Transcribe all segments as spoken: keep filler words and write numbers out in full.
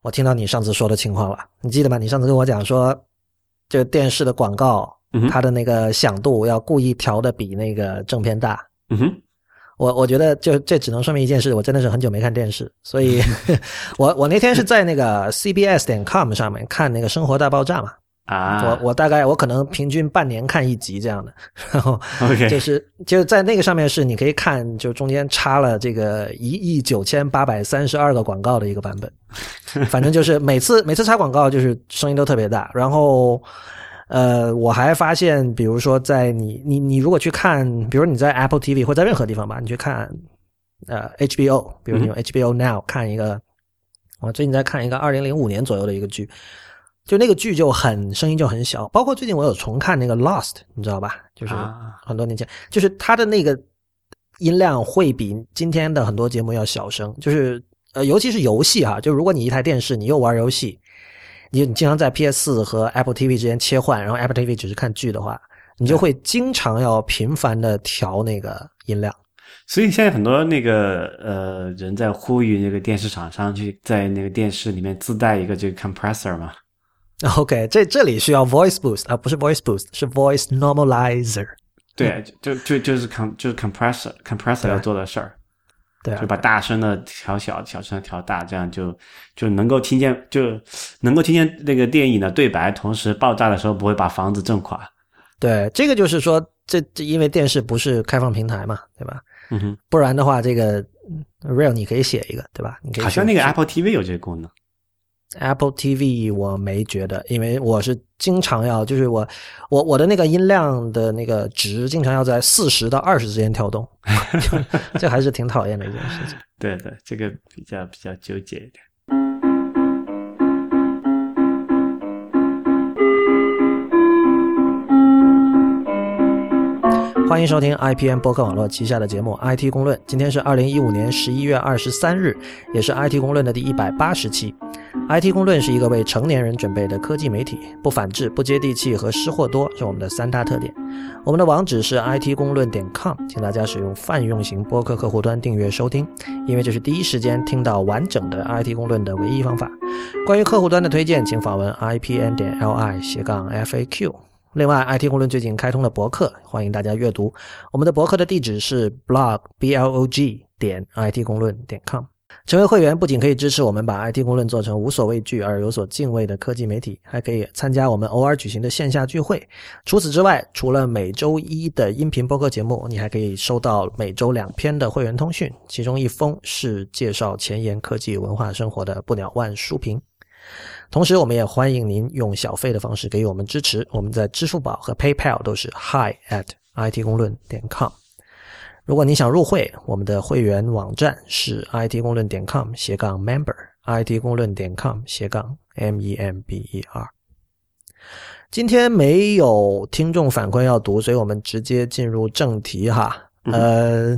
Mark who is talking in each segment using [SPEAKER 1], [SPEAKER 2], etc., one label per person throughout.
[SPEAKER 1] 我听到你上次说的情况了，你记得吗？你上次跟我讲说，这个电视的广告，嗯、它的那个响度要故意调的比那个正片大。
[SPEAKER 2] 嗯哼，
[SPEAKER 1] 我我觉得就这只能说明一件事，我真的是很久没看电视，所以我我那天是在那个 C B S 点 com 上面看那个《生活大爆炸》嘛。
[SPEAKER 2] 啊，
[SPEAKER 1] 我我大概我可能平均半年看一集这样的，然后
[SPEAKER 2] OK
[SPEAKER 1] 就是就在那个上面是你可以看，就中间插了这个一亿九千八百三十二个广告的一个版本，反正就是每次每次插广告就是声音都特别大，然后呃我还发现，比如说在你你你如果去看，比如你在 Apple T V 或在任何地方吧，你去看呃 H B O， 比如你用 H B O Now 看一个，我最近在看一个二零零五年左右的一个剧。就那个剧就很声音就很小，包括最近我有重看那个 Lost， 你知道吧？就是很多年前，啊、就是它的那个音量会比今天的很多节目要小声，就是呃，尤其是游戏哈，就如果你一台电视你又玩游戏，你你经常在 P S 四 和 Apple T V 之间切换，然后 Apple T V 只是看剧的话，你就会经常要频繁的调那个音量。
[SPEAKER 2] 所以现在很多那个呃人在呼吁那个电视厂商去在那个电视里面自带一个这个 compressor 嘛。
[SPEAKER 1] OK， 这这里需要 voice boost 啊，不是 voice boost， 是 voice normalizer。
[SPEAKER 2] 对，就就就是 com 就是 compressor compressor 要做的事儿。
[SPEAKER 1] 对啊，
[SPEAKER 2] 就把大声的调小，小声的调大，这样就就能够听见，就能够听见那个电影的对白，同时爆炸的时候不会把房子震垮。
[SPEAKER 1] 对，这个就是说，这这因为电视不是开放平台嘛，对吧？
[SPEAKER 2] 嗯哼，
[SPEAKER 1] 不然的话，这个 Real 你可以写一个，对吧？你可以
[SPEAKER 2] 好像那个 Apple T V 有这个功能。
[SPEAKER 1] Apple T V 我没觉得，因为我是经常要，就是我我我的那个音量的那个值经常要在四十到二十之间跳动，这还是挺讨厌的一件事情。
[SPEAKER 2] 对对，这个比较比较纠结一点。
[SPEAKER 1] 欢迎收听 I P N 播客网络旗下的节目 I T 公论，今天是二零一五年十一月二十三日，也是 I T 公论的第一百八十期。I T 公论是一个为成年人准备的科技媒体，不反制、不接地气和失货多是我们的三大特点。我们的网址是 I T 公论点 com， 请大家使用泛用型播客客户端订阅收听，因为这是第一时间听到完整的 I T 公论的唯一方法。关于客户端的推荐，请访问 I P N 点 L I 斜杠 F A Q。另外 I T 公论最近开通了博客，欢迎大家阅读。我们的博客的地址是 blog B L O G 点 I T 公论点 com。成为会员不仅可以支持我们把 I T 公论做成无所畏惧而有所敬畏的科技媒体，还可以参加我们偶尔举行的线下聚会。除此之外，除了每周一的音频播客节目，你还可以收到每周两篇的会员通讯，其中一封是介绍前沿科技文化生活的不鸟万书评。同时我们也欢迎您用小费的方式给予我们支持，我们在支付宝和 PayPal 都是 hi at I T 公论点 com。 如果你想入会，我们的会员网站是 I T 公论点 com 斜杠 member I T 公论点 com 斜杠 M E M B E R。 今天没有听众反馈要读，所以我们直接进入正题哈。呃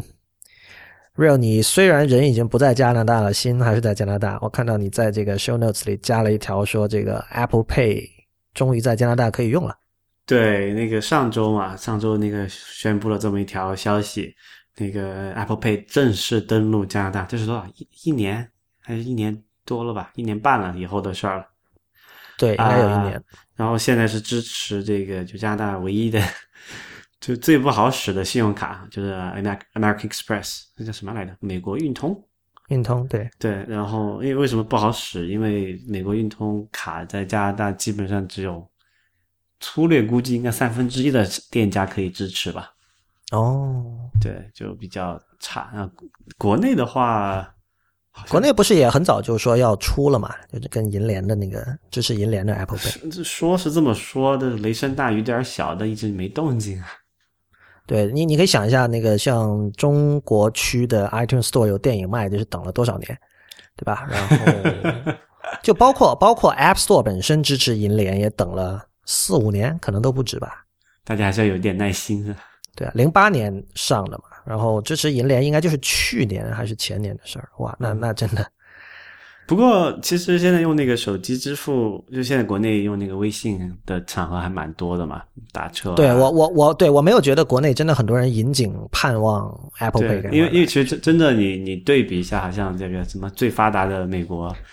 [SPEAKER 1] Real， 你虽然人已经不在加拿大了，心还是在加拿大。我看到你在这个 show notes 里加了一条说这个 Apple Pay 终于在加拿大可以用了。
[SPEAKER 2] 对，那个上周嘛，上周那个宣布了这么一条消息，那个 Apple Pay 正式登陆加拿大，这是多少？一一年还是一年多了吧？一年半了以后的事儿了。
[SPEAKER 1] 对，应该有一年、呃。
[SPEAKER 2] 然后现在是支持这个就加拿大唯一的。就最不好使的信用卡就是 American Express， 那叫什么来着？美国运通。
[SPEAKER 1] 运通，对
[SPEAKER 2] 对。然后因为为什么不好使？因为美国运通卡在加拿大基本上只有粗略估计应该三分之一的店家可以支持吧。
[SPEAKER 1] 哦，
[SPEAKER 2] 对，就比较差。那国内的话，
[SPEAKER 1] 国内不是也很早就说要出了嘛？就是跟银联的那个支持银联的 Apple Pay。
[SPEAKER 2] 说是这么说的，雷声大雨点小的，一直没动静啊。
[SPEAKER 1] 对，你你可以想一下，那个像中国区的 iTunes Store 有电影卖，就是等了多少年，对吧？然后就包括包括 App Store 本身支持银联也等了四五年，可能都不止吧。
[SPEAKER 2] 大家还是要有点耐心啊。
[SPEAKER 1] 对啊，零八年上的嘛，然后支持银联应该就是去年还是前年的事儿。哇，那那真的。
[SPEAKER 2] 不过其实现在用那个手机支付，就现在国内用那个微信的场合还蛮多的嘛，打车、啊。
[SPEAKER 1] 对，我我我对我没有觉得国内真的很多人引颈盼望 Apple Pay。
[SPEAKER 2] 因为因为其实真的你你对比一下，好像这个什么最发达的美国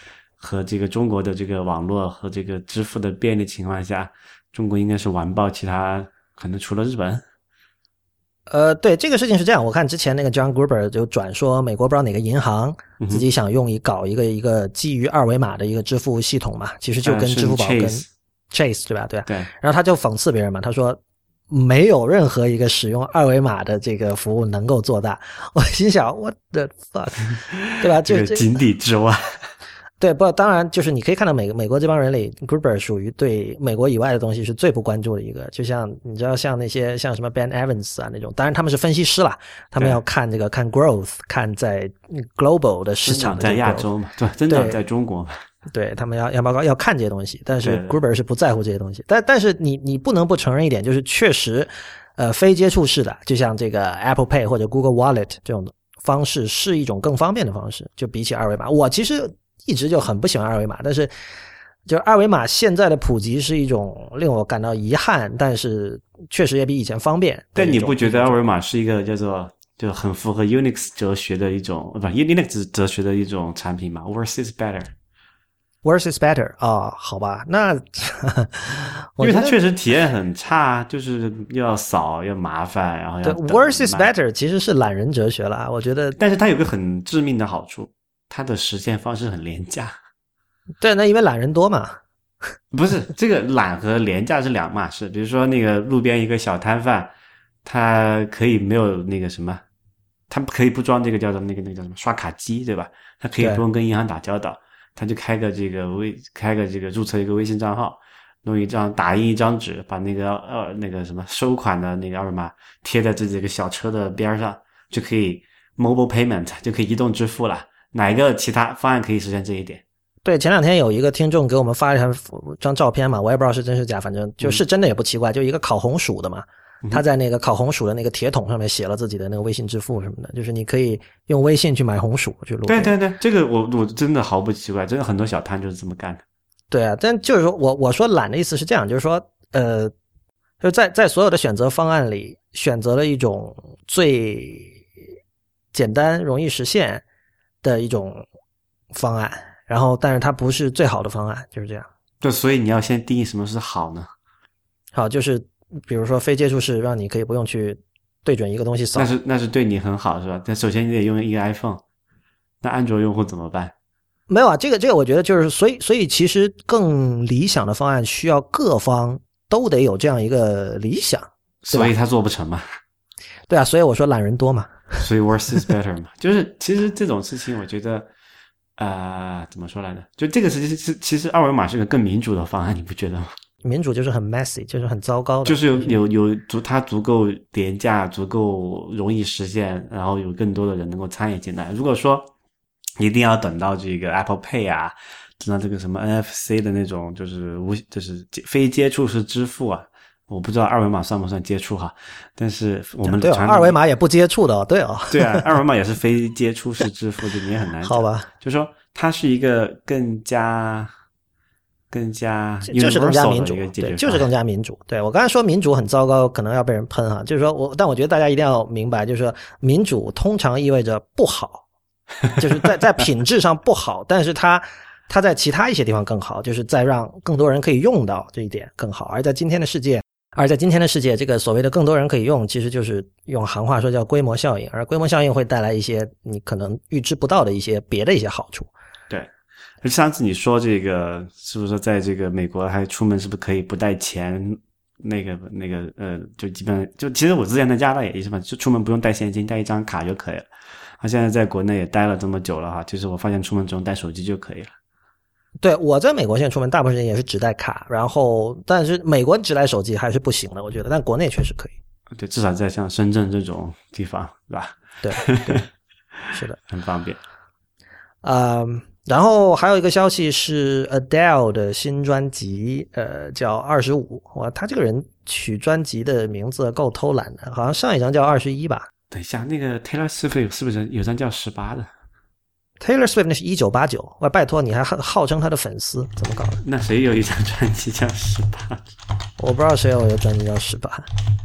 [SPEAKER 2] 和这个中国的这个网络和这个支付的便利情况下，中国应该是完爆其他，可能除了日本。
[SPEAKER 1] 呃，对，这个事情是这样，我看之前那个 John Gruber 就转说，美国不知道哪个银行自己想用一搞一个一个基于二维码的一个支付系统嘛，其实就跟支付宝跟
[SPEAKER 2] Chase,
[SPEAKER 1] Chase 对吧？对啊。
[SPEAKER 2] 对。
[SPEAKER 1] 然后他就讽刺别人嘛，他说没有任何一个使用二维码的这个服务能够做大。我心想 ，What the fuck， 对吧？就
[SPEAKER 2] 这个井底之蛙。
[SPEAKER 1] 对，不，当然就是你可以看到美美国这帮人里 ，Gruber 属于对美国以外的东西是最不关注的一个。就像你知道，像那些像什么 Ben Evans 啊那种，当然他们是分析师啦，他们要看这个看 growth， 看在 global 的市场的
[SPEAKER 2] 在亚洲嘛，对，增长在中国嘛，
[SPEAKER 1] 对他们要要报告要看这些东西，但是 Gruber 是不在乎这些东西。但但是你你不能不承认一点，就是确实，呃，非接触式的，就像这个 Apple Pay 或者 Google Wallet 这种方式是一种更方便的方式，就比起二维码，我其实一直就很不喜欢二维码，但是就是二维码现在的普及是一种令我感到遗憾，但是确实也比以前方便。
[SPEAKER 2] 但你不觉得二维码是一个叫做就很符合 Unix 哲学的一种不 Unix 哲学的一种产品嘛 ？Worse is better。Worse
[SPEAKER 1] is better 啊、哦，好吧，那
[SPEAKER 2] 因为它确实体验很差，就是又要扫又麻烦，然后要
[SPEAKER 1] 对 Worse is better 其实是懒人哲学啦，我觉得。
[SPEAKER 2] 但是它有个很致命的好处。它的实现方式很廉价。
[SPEAKER 1] 对，那因为懒人多嘛。
[SPEAKER 2] 不是，这个懒和廉价是两码事。比如说那个路边一个小摊贩，他可以没有那个什么，他可以不装这个叫做那个那个叫什么刷卡机，对吧？他可以不用跟银行打交道，他就开个这个微开个这个注册一个微信账号，弄一张打印一张纸，把那个呃那个什么收款的那个二维码贴在自己这个小车的边上，就可以 mobile payment 就可以移动支付了。哪一个其他方案可以实现这一点？
[SPEAKER 1] 对，前两天有一个听众给我们发了一张照片嘛，我也不知道是真是假，反正就是真的也不奇怪，嗯、就一个烤红薯的嘛，他在那个烤红薯的那个铁桶上面写了自己的那个微信支付什么的，就是你可以用微信去买红薯去录。
[SPEAKER 2] 对对对，这个我我真的毫不奇怪，真的很多小摊就是这么干的。
[SPEAKER 1] 对啊，但就是说我我说懒的意思是这样，就是说呃，就是在在所有的选择方案里选择了一种最简单容易实现的一种方案，然后但是它不是最好的方案，就是这样。
[SPEAKER 2] 对，所以你要先定义什么是好呢？
[SPEAKER 1] 好，就是比如说非接触式，让你可以不用去对准一个东西扫。
[SPEAKER 2] 那是那是对你很好是吧？但首先你得用一个 iPhone， 那安卓用户怎么办？
[SPEAKER 1] 没有啊，这个这个我觉得就是所以所以其实更理想的方案需要各方都得有这样一个理想，
[SPEAKER 2] 所以他做不成嘛。
[SPEAKER 1] 对啊，所以我说懒人多嘛。
[SPEAKER 2] 所以 worse is better 嘛，就是其实这种事情我觉得啊、呃，怎么说来着？就这个事情其实二维码是个更民主的方案，你不觉得吗？
[SPEAKER 1] 民主就是很 messy， 就是很糟糕的，
[SPEAKER 2] 就是有有有足它足够廉价，足够容易实现，然后有更多的人能够参与进来。如果说一定要等到这个 Apple Pay 啊，等到这个什么 N F C 的那种，就是无就是非接触式支付啊。我不知道二维码算不算接触哈，但是我们
[SPEAKER 1] 对、哦、二维码也不接触的、哦，对哦，
[SPEAKER 2] 对啊，二维码也是非接触式支付，就你也很难讲。
[SPEAKER 1] 好吧，
[SPEAKER 2] 就是说它是一个更加更加
[SPEAKER 1] 就是更加民主，对，就是更加民主。对，我刚才说民主很糟糕，可能要被人喷哈，就是说我，但我觉得大家一定要明白，就是说民主通常意味着不好，就是在在品质上不好，但是它。它在其他一些地方更好，就是在让更多人可以用到这一点更好。而在今天的世界，而在今天的世界，这个所谓的更多人可以用，其实就是用行话说叫规模效应，而规模效应会带来一些你可能预知不到的一些别的一些好处。
[SPEAKER 2] 对，上次你说这个是不是在这个美国还出门是不是可以不带钱？那个那个呃，就基本上就其实我之前在加拿大也是嘛，就出门不用带现金，带一张卡就可以了。他现在在国内也待了这么久了哈，其实我发现出门只用带手机就可以了。
[SPEAKER 1] 对，我在美国现在出门大部分时间也是只带卡，然后但是美国只带手机还是不行的，我觉得，但国内确实可以。
[SPEAKER 2] 对，至少在像深圳这种地方，对吧？
[SPEAKER 1] 对对，是的，
[SPEAKER 2] 很方便。
[SPEAKER 1] 呃，然后还有一个消息是 Adele 的新专辑，呃，叫二十五。哇，他这个人取专辑的名字够偷懒的，好像上一张叫二十一吧。
[SPEAKER 2] 等一下，那个 Taylor Swift 是不是有张叫十八的
[SPEAKER 1] ？Taylor Swift 那是一九八九，喂，拜托你还号称他的粉丝，怎么搞的？
[SPEAKER 2] 那谁有一张专辑叫十八？
[SPEAKER 1] 我不知道谁有一个专辑叫十八。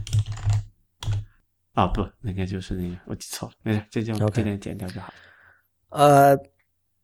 [SPEAKER 2] 啊、哦，不，那个就是那个，我记错了，没事，这就这点剪掉就好。
[SPEAKER 1] 呃，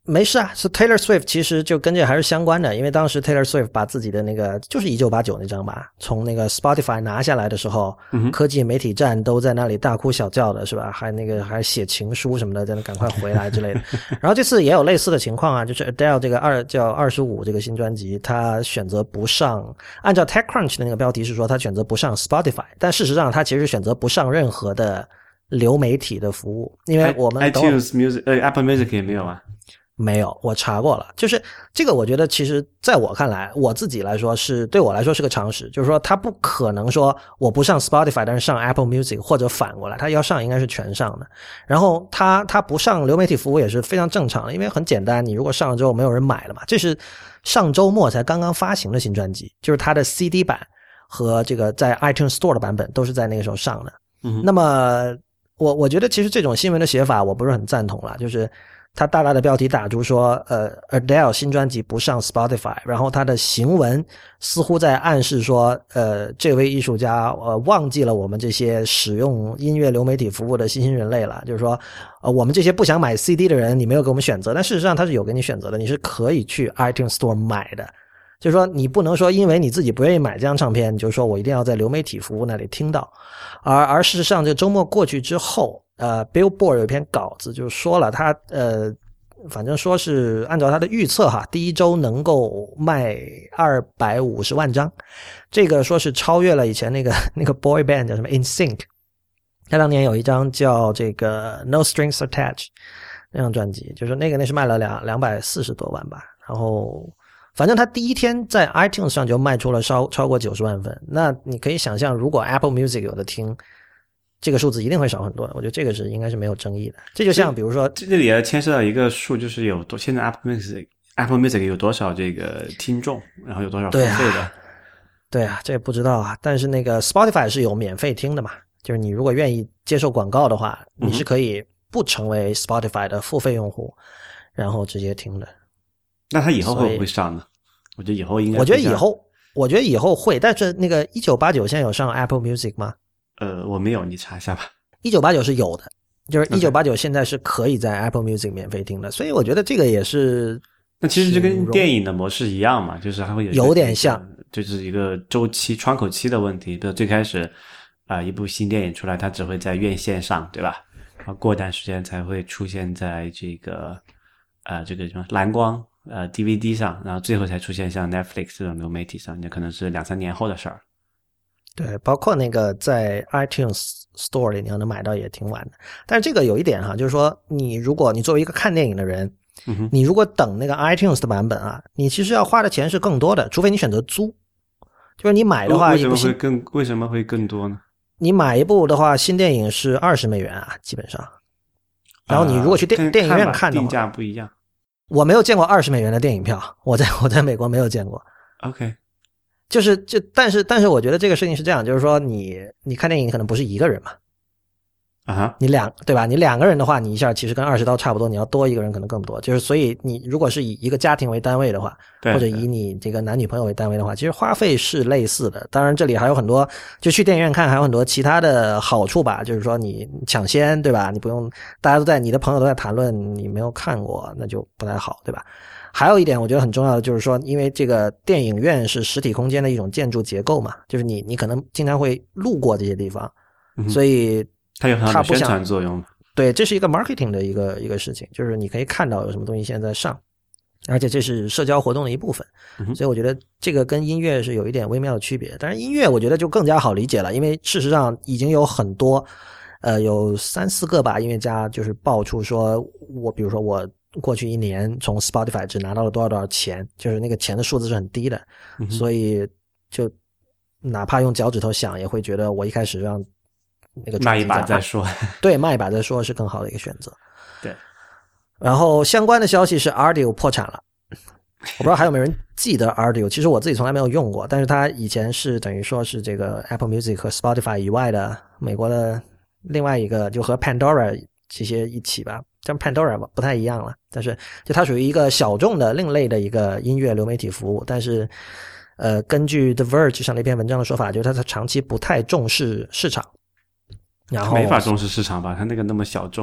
[SPEAKER 1] 没事啊，是 Taylor Swift 其实就跟这还是相关的，因为当时 Taylor Swift 把自己的那个就是一九八九那张吧，从那个 Spotify 拿下来的时候，
[SPEAKER 2] 嗯、
[SPEAKER 1] 科技媒体站都在那里大哭小叫的，是吧？还那个还写情书什么的，在那赶快回来之类的。然后这次也有类似的情况啊，就是 Adele 这个二叫二十五这个新专辑，他选择不上，按照 TechCrunch 的那个标题是说他选择不上 Spotify， 但事实上他其实选择不上任何的流媒体的服务，因为我们
[SPEAKER 2] iTunes Music 呃 Apple Music 也没有啊。
[SPEAKER 1] 没有，我查过了，就是这个我觉得其实在我看来，我自己来说是对我来说是个常识，就是说他不可能说我不上 Spotify 但是上 Apple Music 或者反过来，他要上应该是全上的。然后他他不上流媒体服务也是非常正常的，因为很简单，你如果上了之后没有人买了嘛，这是上周末才刚刚发行的新专辑，就是他的 C D 版和这个在 iTunes Store 的版本都是在那个时候上的。
[SPEAKER 2] 嗯，
[SPEAKER 1] 那么我我觉得其实这种新闻的写法我不是很赞同啦，就是他大大的标题打出说呃 Adele 新专辑不上 Spotify， 然后他的行文似乎在暗示说呃这位艺术家呃忘记了我们这些使用音乐流媒体服务的新兴人类了，就是说呃我们这些不想买 C D 的人你没有给我们选择，但事实上他是有给你选择的，你是可以去 iTunes Store 买的，就是说你不能说因为你自己不愿意买这张唱片，你就说我一定要在流媒体服务那里听到。而而事实上这周末过去之后，呃 Billboard 有一篇稿子就说了，他呃反正说是按照他的预测哈，第一周能够卖二百五十万张，这个说是超越了以前那个那个 boy band 叫什么 In Sync， 他当年有一张叫这个 No Strings Attached 那张专辑，就是那个那是卖了两两百四十多万吧，然后反正他第一天在 iTunes 上就卖出了超超过九十万份，那你可以想象如果 Apple Music 有的听，这个数字一定会少很多的，我觉得这个是应该是没有争议的。这就像比如说
[SPEAKER 2] 这里也牵涉到一个数，就是有多现在 Apple Music Apple Music 有多少这个听众，然后有多少付费的。
[SPEAKER 1] 对啊，对啊，这也不知道啊。但是那个 Spotify 是有免费听的嘛，就是你如果愿意接受广告的话，你是可以不成为 Spotify 的付费用户，然后直接听的。
[SPEAKER 2] 那他以后会不会上呢？我觉得以后应该，
[SPEAKER 1] 我觉得以后，我觉得以后会。但是那个一九八九现在有上 Apple Music 吗？
[SPEAKER 2] 呃，我没有，你查一下吧。
[SPEAKER 1] 一九八九是有的，就是一九八九现在是可以在 Apple Music 免费听的，所以我觉得这个也是。
[SPEAKER 2] 那其实就跟电影的模式一样嘛，就是还会有
[SPEAKER 1] 有点像，
[SPEAKER 2] 就是一个周期窗口期的问题。比如最开始啊、呃，一部新电影出来，它只会在院线上，对吧？然后过段时间才会出现在这个呃这个什么蓝光。呃 D V D 上，然后最后才出现像 Netflix 这种流媒体上，那可能是两三年后的事儿。
[SPEAKER 1] 对，包括那个在 iTunes Store 里你要能买到也挺晚的。但是这个有一点哈，就是说你如果你作为一个看电影的人，
[SPEAKER 2] 嗯、
[SPEAKER 1] 你如果等那个 iTunes 的版本啊，你其实要花的钱是更多的，除非你选择租。就是你买的话，
[SPEAKER 2] 为什么会更为什么会更多呢？
[SPEAKER 1] 你买一部的话，新电影是二十美元啊，基本上。然后你如果去电、呃、电影院看的话，
[SPEAKER 2] 定价不一样。
[SPEAKER 1] 我没有见过二十美元的电影票，我在我在美国没有见过。
[SPEAKER 2] OK，
[SPEAKER 1] 就是就但是但是我觉得这个事情是这样，就是说你你看电影可能不是一个人嘛，
[SPEAKER 2] 啊哈，
[SPEAKER 1] 你两对吧？你两个人的话，你一下其实跟二十刀差不多，你要多一个人可能更多。就是所以你如果是以一个家庭为单位的话，或者以你这个男女朋友为单位的话，其实花费是类似的。当然这里还有很多，就去电影院看还有很多其他的好处吧，就是说你抢先对吧？你不用大家都在，你的朋友都在谈论，你没有看过那就不太好对吧？还有一点我觉得很重要的就是说，因为这个电影院是实体空间的一种建筑结构嘛，就是你你可能经常会路过这些地方，
[SPEAKER 2] 嗯、
[SPEAKER 1] 所以
[SPEAKER 2] 它有很大的宣传作用。
[SPEAKER 1] 对，这是一个 marketing 的一个一个事情，就是你可以看到有什么东西现在在上，而且这是社交活动的一部分，
[SPEAKER 2] 嗯、
[SPEAKER 1] 所以我觉得这个跟音乐是有一点微妙的区别。但是音乐我觉得就更加好理解了，因为事实上已经有很多呃有三四个吧音乐家就是爆出说，我比如说我过去一年从 Spotify 只拿到了多少多少钱，就是那个钱的数字是很低的，
[SPEAKER 2] 嗯、
[SPEAKER 1] 所以就哪怕用脚趾头想也会觉得我一开始让那个
[SPEAKER 2] 卖一把再说，
[SPEAKER 1] 对，卖一把再说是更好的一个选择。
[SPEAKER 2] 对，
[SPEAKER 1] 然后相关的消息是 Rdio 破产了，我不知道还有没有人记得 Rdio， 其实我自己从来没有用过，但是它以前是等于说是这个 Apple Music 和 Spotify 以外的美国的另外一个，就和 Pandora 这些一起吧，但 Pandora 不太一样了，但是就它属于一个小众的另类的一个音乐流媒体服务，但是呃，根据 The Verge 上的一篇文章的说法，就是它长期不太重视市场。然后
[SPEAKER 2] 没法重视市场吧，他那个那么小众。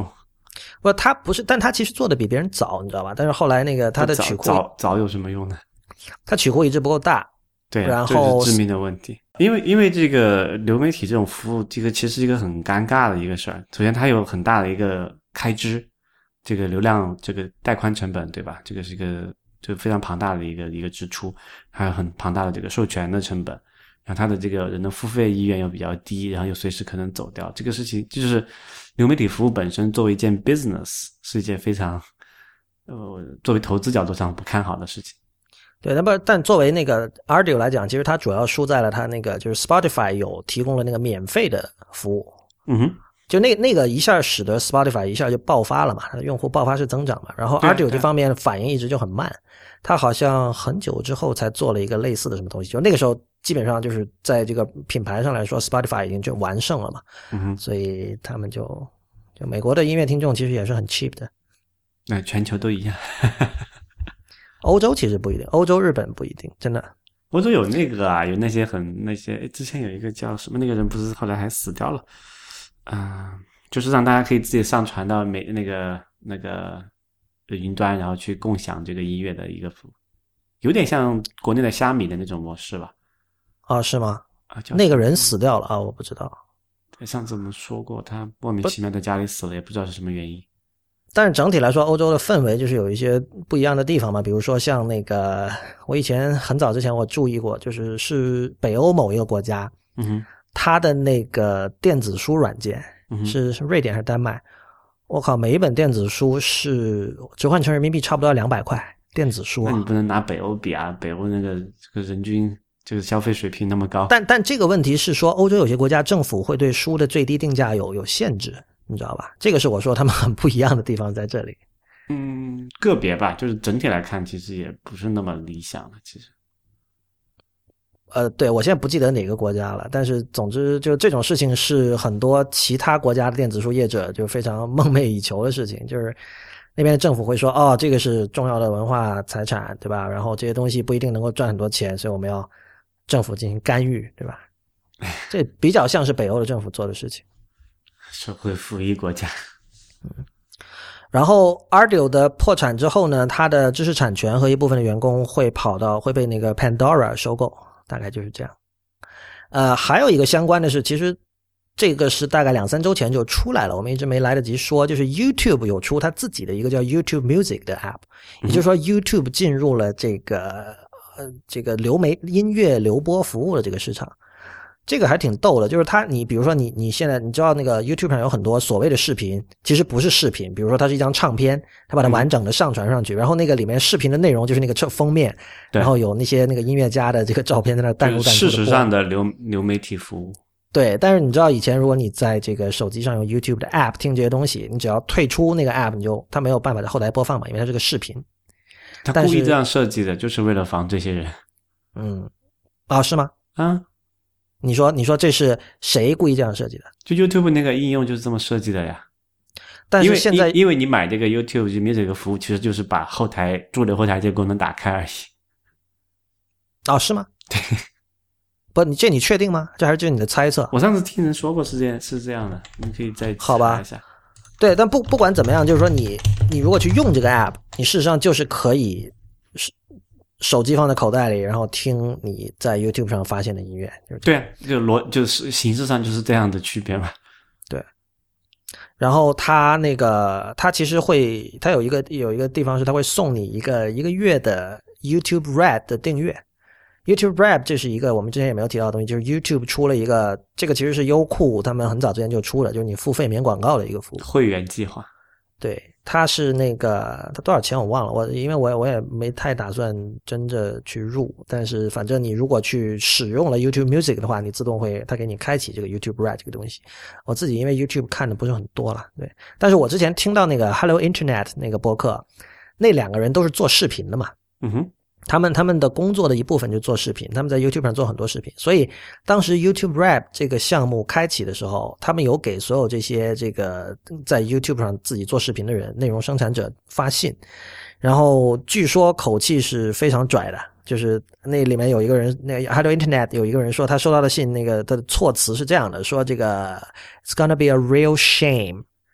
[SPEAKER 1] 不，他不是，但他其实做的比别人早，你知道吧？但是后来那个他的曲库
[SPEAKER 2] 早早早有什么用呢？
[SPEAKER 1] 他曲库一直不够大，
[SPEAKER 2] 对、啊，
[SPEAKER 1] 然后
[SPEAKER 2] 这是致命的问题。因为因为这个流媒体这种服务，这个其实是一个很尴尬的一个事儿。首先，它有很大的一个开支，这个流量这个带宽成本，对吧？这个是一个就非常庞大的一个一个支出，还有很庞大的这个授权的成本。然后它的这个人的付费意愿又比较低，然后又随时可能走掉。这个事情就是流媒体服务本身作为一件 business 是一件非常呃作为投资角度上不看好的事情。
[SPEAKER 1] 对，那不但作为那个 Rdio 来讲，其实它主要输在了它那个就是 Spotify 有提供了那个免费的服务。
[SPEAKER 2] 嗯哼，
[SPEAKER 1] 就那那个一下使得 Spotify 一下就爆发了嘛，它的用户爆发式增长嘛。然后 Rdio 这方面反应一直就很慢，它好像很久之后才做了一个类似的什么东西。就那个时候基本上就是在这个品牌上来说 Spotify 已经就完胜了嘛。
[SPEAKER 2] 嗯哼，
[SPEAKER 1] 所以他们就就美国的音乐听众其实也是很 cheap 的。
[SPEAKER 2] 那全球都一样。
[SPEAKER 1] 欧洲其实不一定，欧洲日本不一定，真的。
[SPEAKER 2] 欧洲有那个啊，有那些很那些，之前有一个叫什么那个人不是后来还死掉了，啊、呃，就是让大家可以自己上传到每那个那个云端，然后去共享这个音乐的一个服务，有点像国内的虾米的那种模式吧？
[SPEAKER 1] 啊，是吗？
[SPEAKER 2] 啊，叫
[SPEAKER 1] 那个人死掉了啊，我不知道。
[SPEAKER 2] 上次我们说过，他莫名其妙在家里死了，也不知道是什么原因。
[SPEAKER 1] 但是整体来说，欧洲的氛围就是有一些不一样的地方嘛，比如说像那个，我以前很早之前我注意过，就是是北欧某一个国家，
[SPEAKER 2] 嗯哼，
[SPEAKER 1] 它的那个电子书软件、
[SPEAKER 2] 嗯、
[SPEAKER 1] 是是瑞典还是丹麦？我靠，每一本电子书是折换成人民币差不多要两百块，电子书、啊。
[SPEAKER 2] 那你不能拿北欧比啊，北欧那个这个人均这个消费水平那么高。
[SPEAKER 1] 但但这个问题是说，欧洲有些国家政府会对书的最低定价有有限制。你知道吧？这个是我说他们很不一样的地方在这里。
[SPEAKER 2] 嗯，个别吧，就是整体来看，其实也不是那么理想的。其实，
[SPEAKER 1] 呃，对，我现在不记得哪个国家了，但是总之，就这种事情是很多其他国家的电子书业者就非常梦寐以求的事情，就是那边的政府会说，哦，这个是重要的文化财产，对吧？然后这些东西不一定能够赚很多钱，所以我们要政府进行干预，对吧？这比较像是北欧的政府做的事情。
[SPEAKER 2] 社会福利国家。
[SPEAKER 1] 嗯，然后 Rdio 的破产之后呢，它的知识产权和一部分的员工会跑到会被那个 Pandora 收购，大概就是这样。呃，还有一个相关的是，其实这个是大概两三周前就出来了，我们一直没来得及说，就是 YouTube 有出它自己的一个叫 YouTube Music 的 app， 也就是说 YouTube 进入了这个呃这个流媒音乐流播服务的这个市场。这个还挺逗的，就是它，你比如说你你现在你知道那个 YouTube 上有很多所谓的视频，其实不是视频，比如说它是一张唱片，它把它完整的上传上去，嗯、然后那个里面视频的内容就是那个封面，然后有那些那个音乐家的这个照片在那弹入弹出的。
[SPEAKER 2] 事实上的流流媒体服务。
[SPEAKER 1] 对，但是你知道以前如果你在这个手机上用 YouTube 的 app 听这些东西，你只要退出那个 app， 你就它没有办法在后台播放嘛，因为它是个视频。
[SPEAKER 2] 它故意这样设计的，就是为了防这些人。
[SPEAKER 1] 嗯，啊，是吗？
[SPEAKER 2] 啊。
[SPEAKER 1] 你说你说这是谁故意这样设计的？
[SPEAKER 2] 就 YouTube 那个应用就是这么设计的呀。
[SPEAKER 1] 但是现在
[SPEAKER 2] 因为因为你买这个 YouTube Music 这个服务，其实就是把后台驻留后台这个功能打开而已。
[SPEAKER 1] 哦，是吗？
[SPEAKER 2] 对。
[SPEAKER 1] 不，你这你确定吗？这还是就是你的猜测？
[SPEAKER 2] 我上次听人说过是这样是这样的，你可以再
[SPEAKER 1] 好吧
[SPEAKER 2] 查一下。
[SPEAKER 1] 对，但不不管怎么样，就是说你你如果去用这个 app， 你事实上就是可以手机放在口袋里，然后听你在 YouTube 上发现的音乐。就是、
[SPEAKER 2] 对啊，就逻就是形式上就是这样的区别嘛。
[SPEAKER 1] 对。然后它那个它其实会，它有一个有一个地方是它会送你一个一个月的 YouTube Red 的订阅。YouTube Red 这是一个我们之前也没有提到的东西，就是 YouTube 出了一个，这个其实是优酷他们很早之前就出了，就是你付费免广告的一个服务。
[SPEAKER 2] 会员计划。
[SPEAKER 1] 对，它是那个它多少钱我忘了，我因为我我也没太打算真正去入，但是反正你如果去使用了 YouTube Music 的话，你自动会它给你开启这个 YouTube Red 这个东西。我自己因为 YouTube 看的不是很多了，对，但是我之前听到那个 Hello Internet 那个播客，那两个人都是做视频的嘛。
[SPEAKER 2] 嗯哼。
[SPEAKER 1] 他们他们的工作的一部分就做视频，他们在 YouTube 上做很多视频，所以当时 YouTube Rap 这个项目开启的时候，他们有给所有这些这个在 YouTube 上自己做视频的人、内容生产者发信，然后据说口气是非常拽的，就是那里面有一个人，那 Hello Internet 有一个人说他收到的信，那个他的措辞是这样的，说这个 It's gonna be a real shame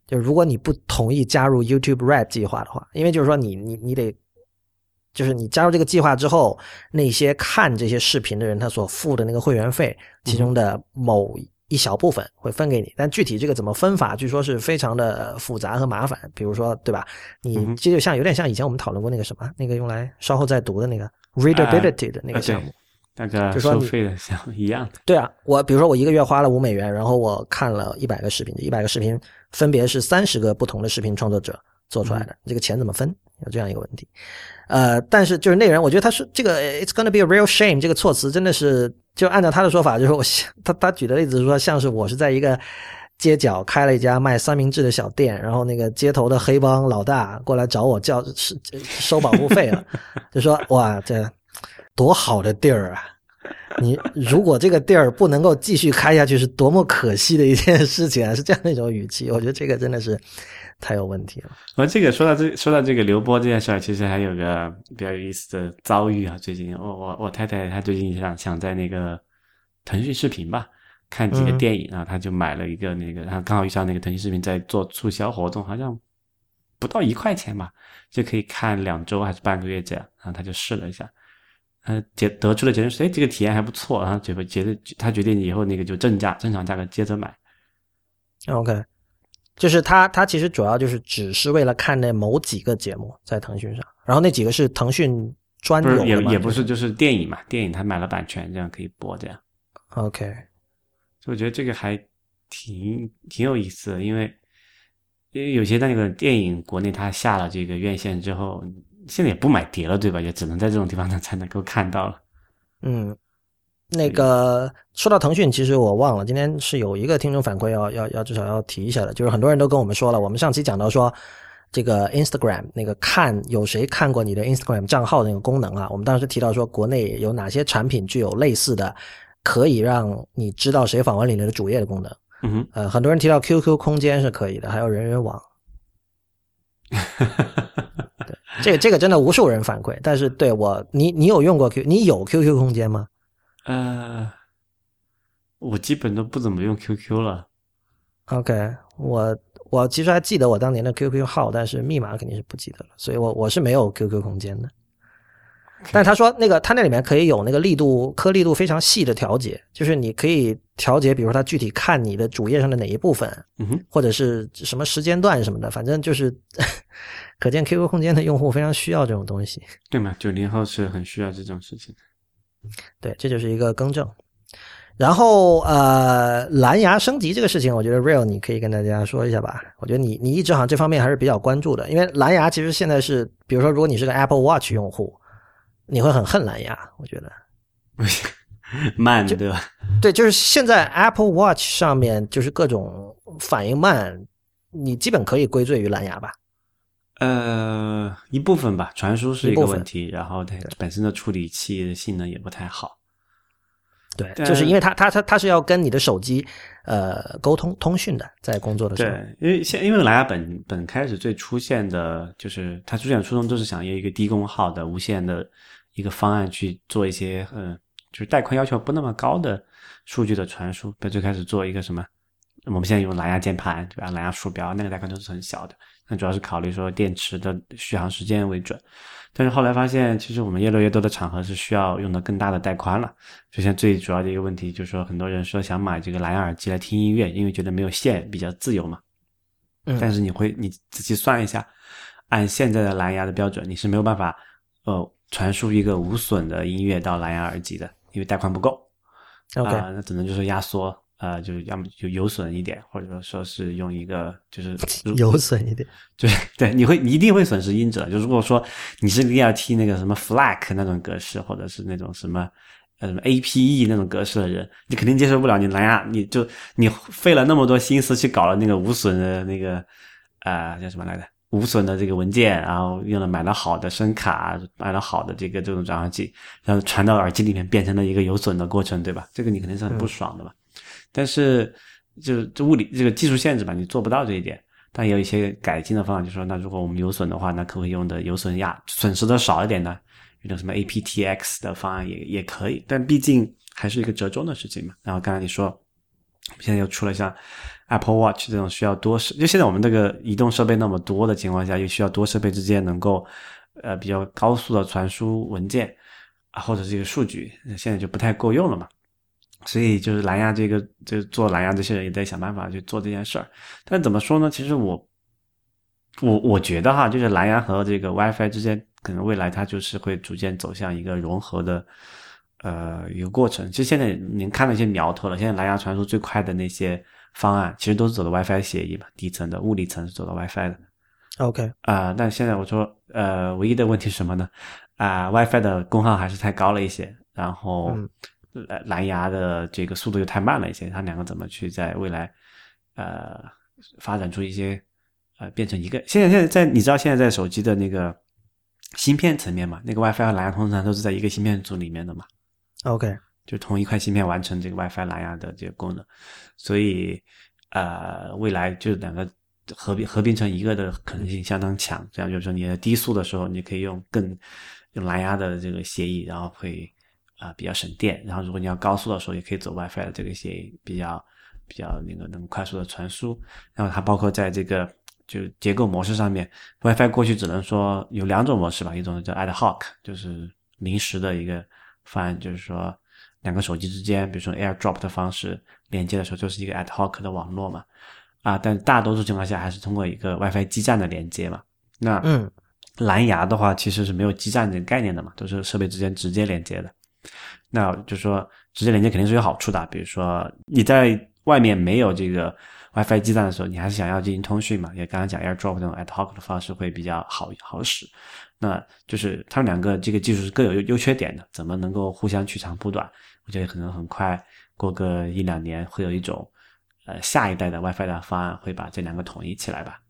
[SPEAKER 1] 就如果你不同意加入 YouTube Red 计划的话，因为就是说你你你得，就是你加入这个计划之后，那些看这些视频的人他所付的那个会员费，其中的某一小部分会分给你，但具体这个怎么分法，据说是非常的复杂和麻烦。比如说，对吧？你这就像有点像以前我们讨论过那个什么，那个用来稍后再读的那个 readability 的那个项目。
[SPEAKER 2] 呃那个收费的项目一样的。
[SPEAKER 1] 对啊，我比如说我一个月花了五美元，然后我看了一百个视频，一百个视频分别是三十个不同的视频创作者做出来的，嗯、这个钱怎么分？有这样一个问题。呃，但是就是那人，我觉得他是这个 "It's gonna be a real shame" 这个措辞真的是，就按照他的说法，就是我他他举的例子是说，像是我是在一个街角开了一家卖三明治的小店，然后那个街头的黑帮老大过来找我叫收保护费了，就说哇这。多好的地儿啊！你如果这个地儿不能够继续开下去，是多么可惜的一件事情啊！是这样的一种语气，我觉得这个真的是太有问题了。
[SPEAKER 2] 我这个说到这说到这个刘波这件事儿，其实还有个比较有意思的遭遇啊。最近我我我太太她最近想想在那个腾讯视频吧看几个电影，然后她就买了一个那个，然后刚好遇上那个腾讯视频在做促销活动，好像不到一块钱吧，就可以看两周还是半个月这样，然后她就试了一下。呃，结得出的结论是，哎，这个体验还不错，然后结果觉得他决定以后那个就正价正常价格接着买。
[SPEAKER 1] OK， 就是他他其实主要就是只是为了看那某几个节目在腾讯上，然后那几个是腾讯专有的吗？
[SPEAKER 2] 也也不是，就是电影嘛，电影他买了版权，这样可以播这样。
[SPEAKER 1] OK，
[SPEAKER 2] 所以我觉得这个还挺挺有意思的，因为因为有些那个电影国内它下了这个院线之后。现在也不买碟了，对吧？也只能在这种地方才能够看到了。
[SPEAKER 1] 嗯，那个说到腾讯，其实我忘了，今天是有一个听众反馈要要要至少要提一下的，就是很多人都跟我们说了，我们上期讲到说这个 Instagram 那个看有谁看过你的 Instagram 账号的那个功能啊，我们当时提到说国内有哪些产品具有类似的可以让你知道谁访问你的主页的功能。
[SPEAKER 2] 嗯哼，
[SPEAKER 1] 呃，很多人提到 Q Q 空间是可以的，还有人人网。对，这个这个真的无数人反馈，但是对我，你你有用过 Q， 你有 Q Q 空间吗？
[SPEAKER 2] 呃，我基本都不怎么用 Q Q 了。
[SPEAKER 1] OK， 我我其实还记得我当年的 Q Q 号，但是密码肯定是不记得了，所以我我是没有 Q Q 空间的。但是他说那个他那里面可以有那个力度颗粒度非常细的调节，就是你可以调节，比如说他具体看你的主页上的哪一部分，
[SPEAKER 2] 嗯哼，
[SPEAKER 1] 或者是什么时间段什么的，反正就是可见 Q Q 空间的用户非常需要这种东西。
[SPEAKER 2] 对嘛，九零后是很需要这种事情。
[SPEAKER 1] 对，这就是一个更正。然后呃，蓝牙升级这个事情，我觉得 Real 你可以跟大家说一下吧。我觉得你你一直好像这方面还是比较关注的，因为蓝牙其实现在是，比如说如果你是个 Apple Watch 用户，你会很恨蓝牙，我觉得
[SPEAKER 2] 慢，对吧？
[SPEAKER 1] 对，就是现在 Apple Watch 上面就是各种反应慢，你基本可以归罪于蓝牙吧？
[SPEAKER 2] 呃，一部分吧，传输是一个问题，然后它本身的处理器的性能也不太好。
[SPEAKER 1] 对，就是因为它它它它是要跟你的手机呃沟通通讯的，在工作的时候。
[SPEAKER 2] 对，因为现因为蓝牙本本开始最出现的就是它出现的初衷都是想用一个低功耗的无线的一个方案去做一些呃就是带宽要求不那么高的数据的传输。比如最开始做一个什么，我们现在用蓝牙键盘对吧？蓝牙鼠标那个带宽都是很小的，那主要是考虑说电池的续航时间为准。但是后来发现，其实我们越来越多的场合是需要用到更大的带宽了。就像最主要的一个问题，就是说很多人说想买这个蓝牙耳机来听音乐，因为觉得没有线比较自由嘛。
[SPEAKER 1] 嗯。
[SPEAKER 2] 但是你会你仔细算一下，按现在的蓝牙的标准，你是没有办法呃传输一个无损的音乐到蓝牙耳机的，因为带宽不够。
[SPEAKER 1] OK，
[SPEAKER 2] 呃、那只能就是压缩。呃，就要么就有损一点，或者说是用一个就是
[SPEAKER 1] 有损一点，
[SPEAKER 2] 就是对，你会你一定会损失音质的。就如果说你是一定要听那个什么 F L A C 那种格式，或者是那种什么呃什么 A P E 那种格式的人，你肯定接受不了。你蓝牙，你就你费了那么多心思去搞了那个无损的那个啊、呃、叫什么来着？无损的这个文件，然后用了买了好的声卡，买了好的这个这种转换器，然后传到耳机里面变成了一个有损的过程，对吧？这个你肯定是很不爽的嘛。嗯，但是就这物理这个技术限制吧，你做不到这一点。但也有一些改进的方法，就是说那如果我们有损的话，那可不可以用的有损压损失的少一点呢？用什么 A P T X 的方案也也可以，但毕竟还是一个折中的事情嘛。然后刚才你说现在又出了像 Apple Watch 这种需要多设，就现在我们这个移动设备那么多的情况下，又需要多设备之间能够呃比较高速的传输文件啊，或者这个数据，现在就不太够用了嘛。所以就是蓝牙这个，就做蓝牙这些人也在想办法去做这件事儿。但怎么说呢？其实我我我觉得哈，就是蓝牙和这个 WiFi 之间，可能未来它就是会逐渐走向一个融合的呃一个过程。其实现在您看到一些苗头了，现在蓝牙传输最快的那些方案，其实都是走的 WiFi 协议嘛，底层的物理层是走的 WiFi 的。
[SPEAKER 1] OK
[SPEAKER 2] 啊、呃，但现在我说呃，唯一的问题是什么呢？啊、呃、，WiFi 的功耗还是太高了一些，然后。嗯蓝牙的这个速度又太慢了一些，它两个怎么去在未来呃发展出一些呃变成一个？现在现在在你知道现在在手机的那个芯片层面嘛，那个 WiFi 和蓝牙通常都是在一个芯片组里面的嘛。
[SPEAKER 1] OK，
[SPEAKER 2] 就同一块芯片完成这个 WiFi 蓝牙的这个功能，所以呃未来就两个合并合并成一个的可能性相当强。这样就是说你的低速的时候，你可以用更用蓝牙的这个协议，然后会。啊、呃，比较省电。然后，如果你要高速的时候，也可以走 WiFi 的这个协议，比较比较那个能快速的传输。然后它包括在这个就结构模式上面 ，WiFi 过去只能说有两种模式吧，一种叫 ad hoc， 就是临时的一个方案，就是说两个手机之间，比如说 AirDrop 的方式连接的时候，就是一个 ad hoc 的网络嘛。啊，但大多数情况下还是通过一个 WiFi 基站的连接嘛。那
[SPEAKER 1] 嗯，
[SPEAKER 2] 蓝牙的话其实是没有基站这个概念的嘛，都是设备之间直接连接的。那就是说直接连接肯定是有好处的，比如说你在外面没有这个 WiFi 基站的时候，你还是想要进行通讯嘛，也刚刚讲 AirDrop 这种 ad hoc 的方式会比较好好使。那就是他们两个这个技术是各有优缺点的，怎么能够互相取长补短？我觉得可能很快过个一两年会有一种呃下一代的 WiFi 的方案会把这两个统一起来吧。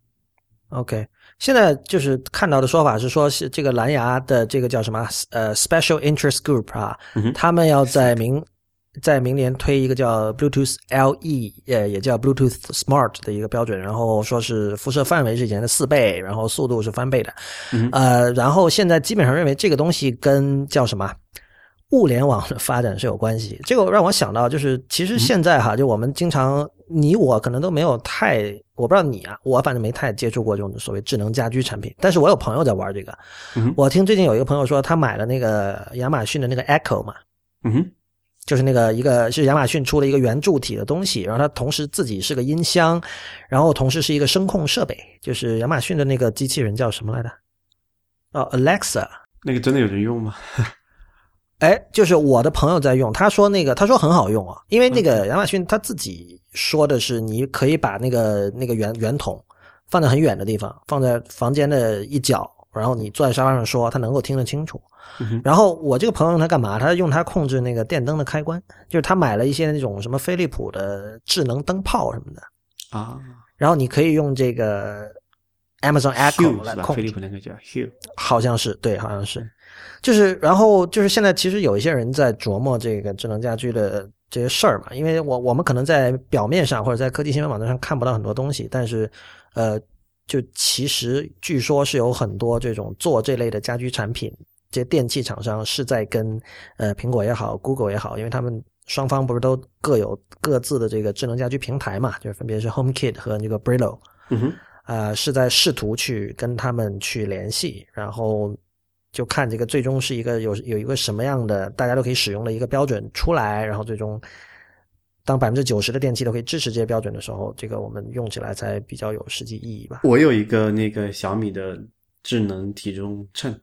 [SPEAKER 1] OK， 现在就是看到的说法是说，是这个蓝牙的这个叫什么呃 Special Interest Group 啊，
[SPEAKER 2] 嗯、
[SPEAKER 1] 他们要在明在明年推一个叫 Bluetooth L E， 呃，也叫 Bluetooth Smart 的一个标准，然后说是辐射范围是以前的四倍，然后速度是翻倍的，
[SPEAKER 2] 嗯、
[SPEAKER 1] 呃，然后现在基本上认为这个东西跟叫什么？物联网的发展是有关系，这个让我想到就是，其实现在哈，就我们经常你我可能都没有太，我不知道你啊，我反正没太接触过这种所谓智能家居产品，但是我有朋友在玩这个。
[SPEAKER 2] 嗯、
[SPEAKER 1] 我听最近有一个朋友说，他买了那个亚马逊的那个 Echo 嘛，
[SPEAKER 2] 嗯，
[SPEAKER 1] 就是那个一个是亚马逊出了一个圆柱体的东西，然后它同时自己是个音箱，然后同时是一个声控设备，就是亚马逊的那个机器人叫什么来着？哦 ，Alexa。
[SPEAKER 2] 那个真的有人用吗？
[SPEAKER 1] 哎，就是我的朋友在用，他说那个他说很好用啊，因为那个亚马逊他自己说的是你可以把那个那个圆圆筒放在很远的地方，放在房间的一角，然后你坐在沙发上说，他能够听得清楚。
[SPEAKER 2] 嗯、
[SPEAKER 1] 然后我这个朋友用它干嘛？他用它控制那个电灯的开关，就是他买了一些那种什么飞利浦的智能灯泡什么的
[SPEAKER 2] 啊，
[SPEAKER 1] 然后你可以用这个 Amazon Echo 来控制。
[SPEAKER 2] 飞利浦那个叫 Hue，
[SPEAKER 1] 好像是，对，好像是。就是，然后就是现在其实有一些人在琢磨这个智能家居的这些事儿嘛，因为我我们可能在表面上或者在科技新闻网站上看不到很多东西，但是呃，就其实据说是有很多这种做这类的家居产品，这些电器厂商是在跟呃苹果也好 Google 也好，因为他们双方不是都各有各自的这个智能家居平台嘛，就是分别是 HomeKit 和那个 Brillo，
[SPEAKER 2] 嗯哼，
[SPEAKER 1] 呃，是在试图去跟他们去联系，然后就看这个最终是一个有有一个什么样的大家都可以使用的一个标准出来，然后最终当 百分之九十 的电器都可以支持这些标准的时候，这个我们用起来才比较有实际意义吧。
[SPEAKER 2] 我有一个那个小米的智能体重秤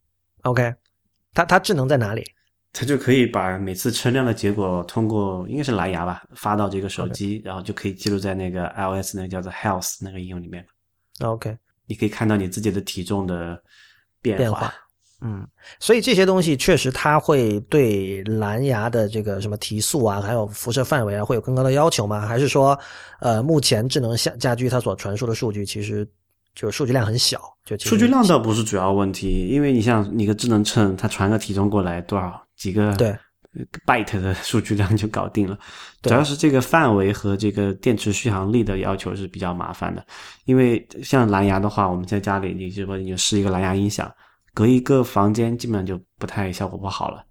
[SPEAKER 1] OK， 它它智能在哪里？
[SPEAKER 2] 它就可以把每次称量的结果通过应该是蓝牙吧发到这个手机， okay. 然后就可以记录在那个 iOS 那个叫做 Health 那个应用里面。
[SPEAKER 1] OK，
[SPEAKER 2] 你可以看到你自己的体重的变化,
[SPEAKER 1] 变化嗯，所以这些东西确实它会对蓝牙的这个什么提速啊，还有辐射范围啊，会有更高的要求吗？还是说，呃，目前智能家居它所传输的数据其实就数据量很小？就
[SPEAKER 2] 数据量倒不是主要问题，因为你像你个智能秤，它传个体重过来多少几个
[SPEAKER 1] 对
[SPEAKER 2] byte 的数据量就搞定了。主要是这个范围和这个电池续航力的要求是比较麻烦的，因为像蓝牙的话，我们在家里你就说你就试一个蓝牙音响。隔一个房间基本上就不太效果不好了，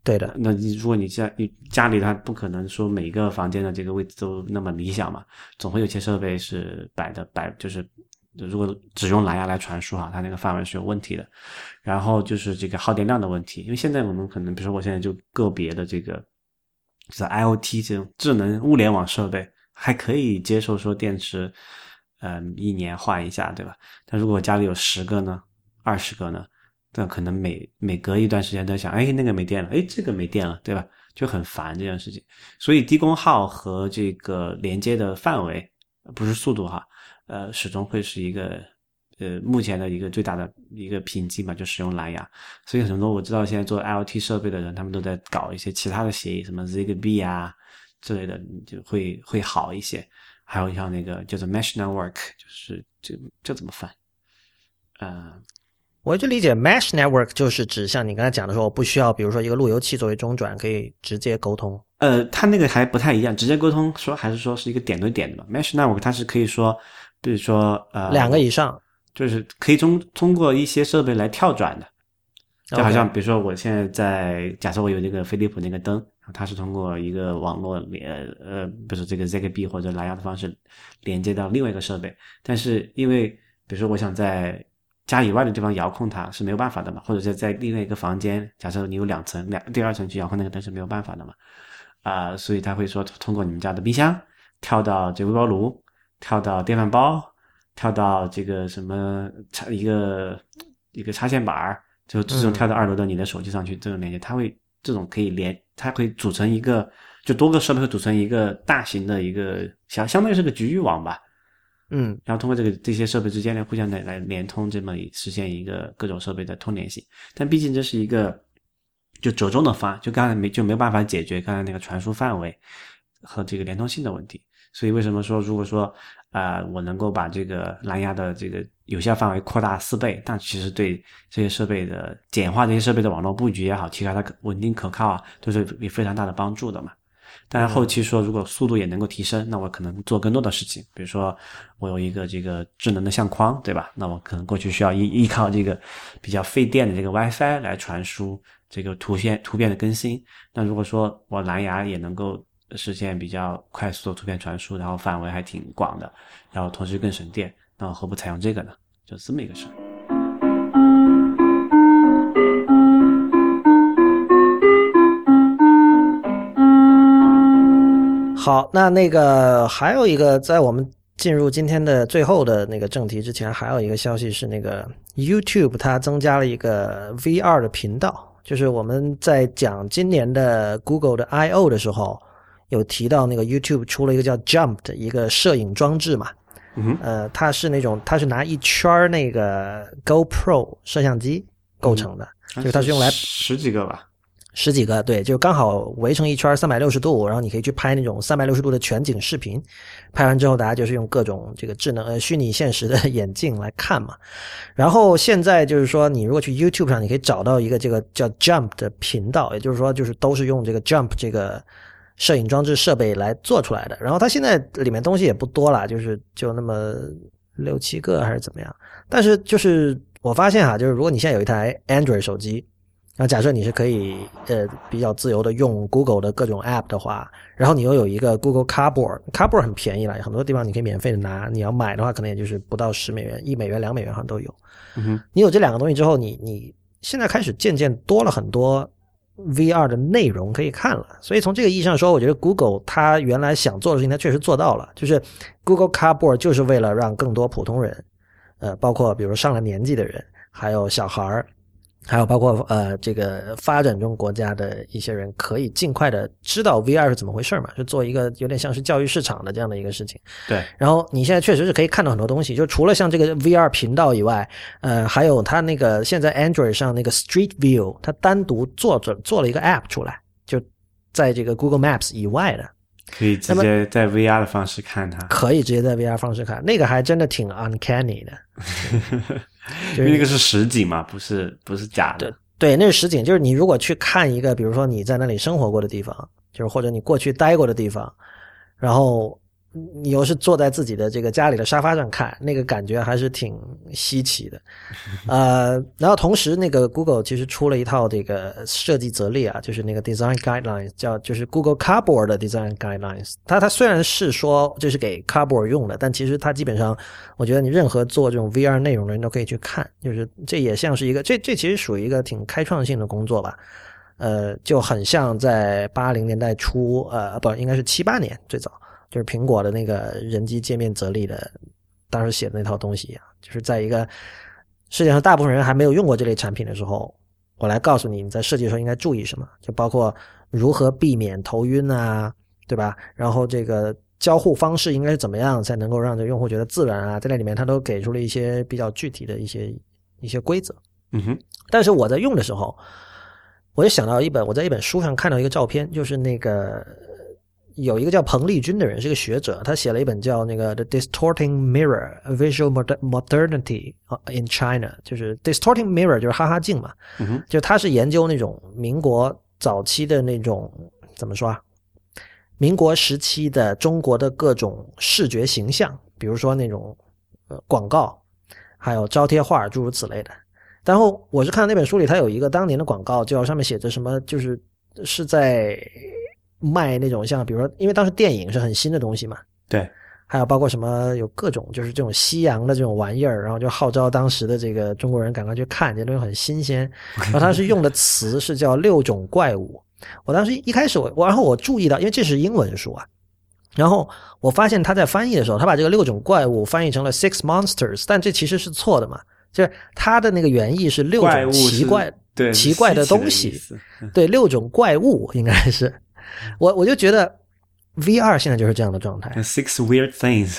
[SPEAKER 1] 对的。
[SPEAKER 2] 那你如果你家你家里它不可能说每个房间的这个位置都那么理想嘛，总会有些设备是摆的摆就是如果只用蓝牙来传输哈，它那个范围是有问题的。然后就是这个耗电量的问题，因为现在我们可能比如说我现在就个别的这个就是 I O T 这种智能物联网设备还可以接受说电池嗯一年换一下，对吧？但如果家里有十个呢二十个呢，那可能每每隔一段时间都想，哎，那个没电了，哎，这个没电了，对吧？就很烦这件事情。所以低功耗和这个连接的范围不是速度哈，呃，始终会是一个呃目前的一个最大的一个瓶颈吧，就使用蓝牙。所以很多我知道现在做 I O T 设备的人，他们都在搞一些其他的协议，什么 Zigbee 啊之类的，就会会好一些。还有像那个叫做 Mesh Network， 就是这这怎么翻？呃，
[SPEAKER 1] 我就理解 Mesh Network 就是指像你刚才讲的说，我不需要比如说一个路由器作为中转，可以直接沟通。
[SPEAKER 2] 呃，它那个还不太一样，直接沟通说还是说是一个点对点的嘛 ？Mesh Network 它是可以说，比如说呃
[SPEAKER 1] 两个以上，
[SPEAKER 2] 就是可以通通过一些设备来跳转的，就好像比如说我现在在假设我有这个飞利浦那个灯，它是通过一个网络连呃不是这个 Zigbee 或者蓝牙的方式连接到另外一个设备，但是因为比如说我想在家以外的地方遥控它是没有办法的嘛，或者是在另外一个房间，假设你有两层，两第二层去遥控那个灯是没有办法的嘛，啊、呃，所以他会说通过你们家的冰箱跳到这个微波炉，跳到电饭煲，跳到这个什么插一个一个插线板，就自动跳到二楼的你的手机上去，这种连接，它会这种可以连，它会组成一个就多个设备会组成一个大型的一个相相当于是个局域网吧。
[SPEAKER 1] 嗯，
[SPEAKER 2] 然后通过这个这些设备之间来互相的来连通，这么实现一个各种设备的通联性。但毕竟这是一个就折中的方案，就刚才没就没有办法解决刚才那个传输范围和这个连通性的问题。所以为什么说如果说啊、呃、我能够把这个蓝牙的这个有效范围扩大四倍，但其实对这些设备的简化这些设备的网络布局也好，提高它稳定可靠啊，都是有非常大的帮助的嘛。当然后期说如果速度也能够提升，那我可能做更多的事情，比如说我有一个这个智能的相框，对吧？那我可能过去需要依依靠这个比较费电的这个 WiFi 来传输这个图片图片的更新。那如果说我蓝牙也能够实现比较快速的图片传输，然后范围还挺广的，然后同时更省电，那我何不采用这个呢？就这么一个事儿。
[SPEAKER 1] 好，那那个还有一个，在我们进入今天的最后的那个正题之前，还有一个消息是，那个 YouTube 它增加了一个 V R 的频道。就是我们在讲今年的 Google 的 I O 的时候，有提到那个 YouTube 出了一个叫 Jump 的一个摄影装置嘛。
[SPEAKER 2] 嗯，
[SPEAKER 1] 呃，它是那种它是拿一圈那个 GoPro 摄像机构成的，
[SPEAKER 2] 嗯、
[SPEAKER 1] 就是它是用来
[SPEAKER 2] 十几个吧。
[SPEAKER 1] 十几个，对，就刚好围成一圈三百六十度，然后你可以去拍那种三百六十度的全景视频。拍完之后大家就是用各种这个智能呃虚拟现实的眼镜来看嘛。然后现在就是说你如果去 YouTube 上你可以找到一个这个叫 Jump 的频道，也就是说就是都是用这个 Jump 这个摄影装置设备来做出来的。然后它现在里面东西也不多啦，就是就那么六七个还是怎么样。但是就是我发现哈，就是如果你现在有一台 Android 手机，然后假设你是可以呃比较自由的用 Google 的各种 App 的话，然后你又有一个 Google Cardboard， Cardboard 很便宜啦，很多地方你可以免费的拿，你要买的话可能也就是不到十美元，一美元两美元好像都有。
[SPEAKER 2] 嗯哼，
[SPEAKER 1] 你有这两个东西之后，你你现在开始渐渐多了很多 V R 的内容可以看了。所以从这个意义上说，我觉得 Google 它原来想做的事情它确实做到了，就是 Google Cardboard 就是为了让更多普通人呃包括比如上了年纪的人，还有小孩，还有包括呃这个发展中国家的一些人可以尽快的知道 V R 是怎么回事嘛，就做一个有点像是教育市场的这样的一个事情。
[SPEAKER 2] 对。
[SPEAKER 1] 然后你现在确实是可以看到很多东西，就除了像这个 V R 频道以外，呃还有它那个现在 Android 上那个 Street View， 它单独做做做了一个 App 出来，就在这个 Google Maps 以外的。
[SPEAKER 2] 可以直接在 V R 的方式看它。
[SPEAKER 1] 可以直接在 V R 方式看，那个还真的挺 uncanny 的。
[SPEAKER 2] 因为那个是实景嘛，不是不是假的。
[SPEAKER 1] 对，对，那是实景，就是你如果去看一个比如说你在那里生活过的地方，就是或者你过去待过的地方，然后你又是坐在自己的这个家里的沙发上看，那个感觉还是挺稀奇的。呃，然后同时那个 Google 其实出了一套这个设计则例啊，就是那个 Design Guidelines， 叫就是 Google Cardboard 的 Design Guidelines。它它虽然是说这是给 Cardboard 用的，但其实它基本上我觉得你任何做这种 V R 内容的人都可以去看，就是这也像是一个这这其实属于一个挺开创性的工作吧。呃，就很像在八零年代初，呃，不，应该是七八年最早，就是苹果的那个人机界面则例的，当时写的那套东西一样，就是在一个世界上大部分人还没有用过这类产品的时候，我来告诉你你在设计的时候应该注意什么，就包括如何避免头晕啊，对吧？然后这个交互方式应该是怎么样才能够让这用户觉得自然啊，在那里面他都给出了一些比较具体的一些一些规则。
[SPEAKER 2] 嗯哼，
[SPEAKER 1] 但是我在用的时候，我就想到一本，我在一本书上看到一个照片，就是那个有一个叫彭丽君的人，是个学者，他写了一本叫那个 The Distorting Mirror: Visual Modernity in China， 就是 Distorting Mirror 就是哈哈镜嘛，
[SPEAKER 2] 嗯哼，
[SPEAKER 1] 就他是研究那种民国早期的那种怎么说啊，民国时期的中国的各种视觉形象，比如说那种呃广告，还有招贴画诸如此类的。然后我是看那本书里，它有一个当年的广告，就上面写着什么，就是是在卖那种像比如说，因为当时电影是很新的东西嘛，
[SPEAKER 2] 对，
[SPEAKER 1] 还有包括什么有各种就是这种西洋的这种玩意儿，然后就号召当时的这个中国人赶快去看，这东西很新鲜。然后他是用的词是叫六种怪物。我当时一开始我我然后我注意到，因为这是英文书啊，然后我发现他在翻译的时候，他把这个六种怪物翻译成了 Six Monsters， 但这其实是错的嘛。就是它的那个原意是六种奇怪
[SPEAKER 2] 对
[SPEAKER 1] 奇怪的东西，对，六种怪物应该是。我我就觉得 V R 现在就是这样的状态。
[SPEAKER 2] Six weird things，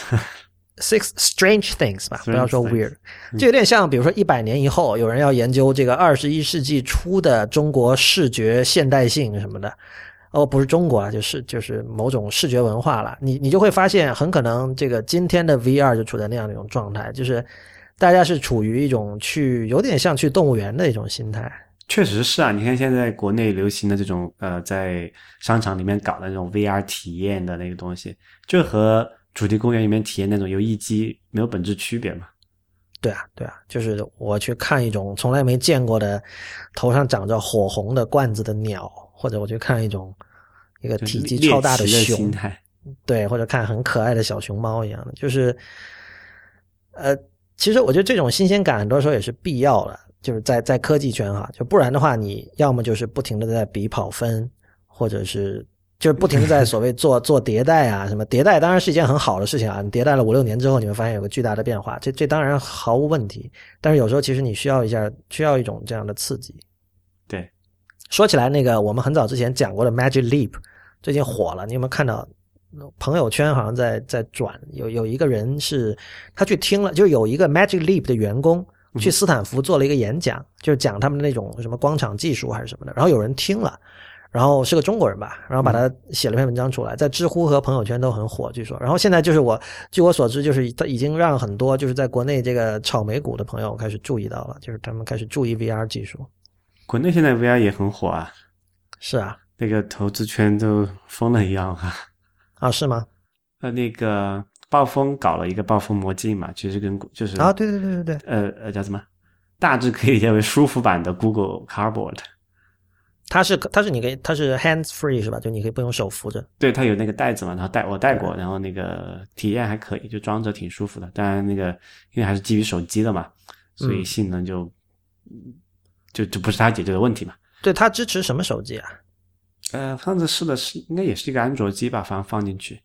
[SPEAKER 1] Six strange things 吧，不要说 weird， 就有点像，比如说一百年以后，有人要研究这个二十一世纪初的中国视觉现代性什么的。哦，不是中国啊，就是就是某种视觉文化了。你你就会发现，很可能这个今天的 V R 就处在那样的一种状态，就是大家是处于一种去有点像去动物园的一种心态。
[SPEAKER 2] 确实是啊，你看现在国内流行的这种呃，在商场里面搞的那种 V R 体验的那个东西，就和主题公园里面体验那种游艺机没有本质区别嘛。
[SPEAKER 1] 对啊，对啊，就是我去看一种从来没见过的头上长着火红的冠子的鸟，或者我去看一种一个体积超大的熊，对，或者看很可爱的小熊猫一样的，就是呃。其实我觉得这种新鲜感很多时候也是必要的，就是在在科技圈哈，就不然的话你要么就是不停的在比跑分，或者是就是不停的在所谓做做迭代啊，什么迭代当然是一件很好的事情啊，你迭代了五六年之后你会发现有个巨大的变化，这这当然毫无问题，但是有时候其实你需要一下需要一种这样的刺激。
[SPEAKER 2] 对，
[SPEAKER 1] 说起来那个我们很早之前讲过的 Magic Leap 最近火了，你有没有看到朋友圈好像在在转，有有一个人是他去听了，就有一个 Magic Leap 的员工去斯坦福做了一个演讲，就是讲他们的那种什么光场技术还是什么的，然后有人听了，然后是个中国人吧，然后把他写了篇文章出来，在知乎和朋友圈都很火，据说。然后现在就是我据我所知，就是他已经让很多就是在国内这个炒美股的朋友开始注意到了，就是他们开始注意 V R 技术。
[SPEAKER 2] 国内现在 V R 也很火啊，
[SPEAKER 1] 是啊，
[SPEAKER 2] 那个投资圈都疯了一样啊。
[SPEAKER 1] 啊，是吗？
[SPEAKER 2] 呃，那个暴风搞了一个暴风魔镜嘛，其实跟就是
[SPEAKER 1] 啊，对对对对对，
[SPEAKER 2] 呃呃叫什么？大致可以理解为舒服版的 Google Cardboard。
[SPEAKER 1] 它是它是你可以它是 hands free 是吧？就你可以不用手扶着。
[SPEAKER 2] 对，它有那个袋子嘛，然后带我带过，然后那个体验还可以，就装着挺舒服的。当然那个因为还是基于手机的嘛，所以性能就、嗯、就就不是它解决的问题嘛。
[SPEAKER 1] 对，它支持什么手机啊？
[SPEAKER 2] 呃，上次试的是应该也是一个安卓机吧，放放进去。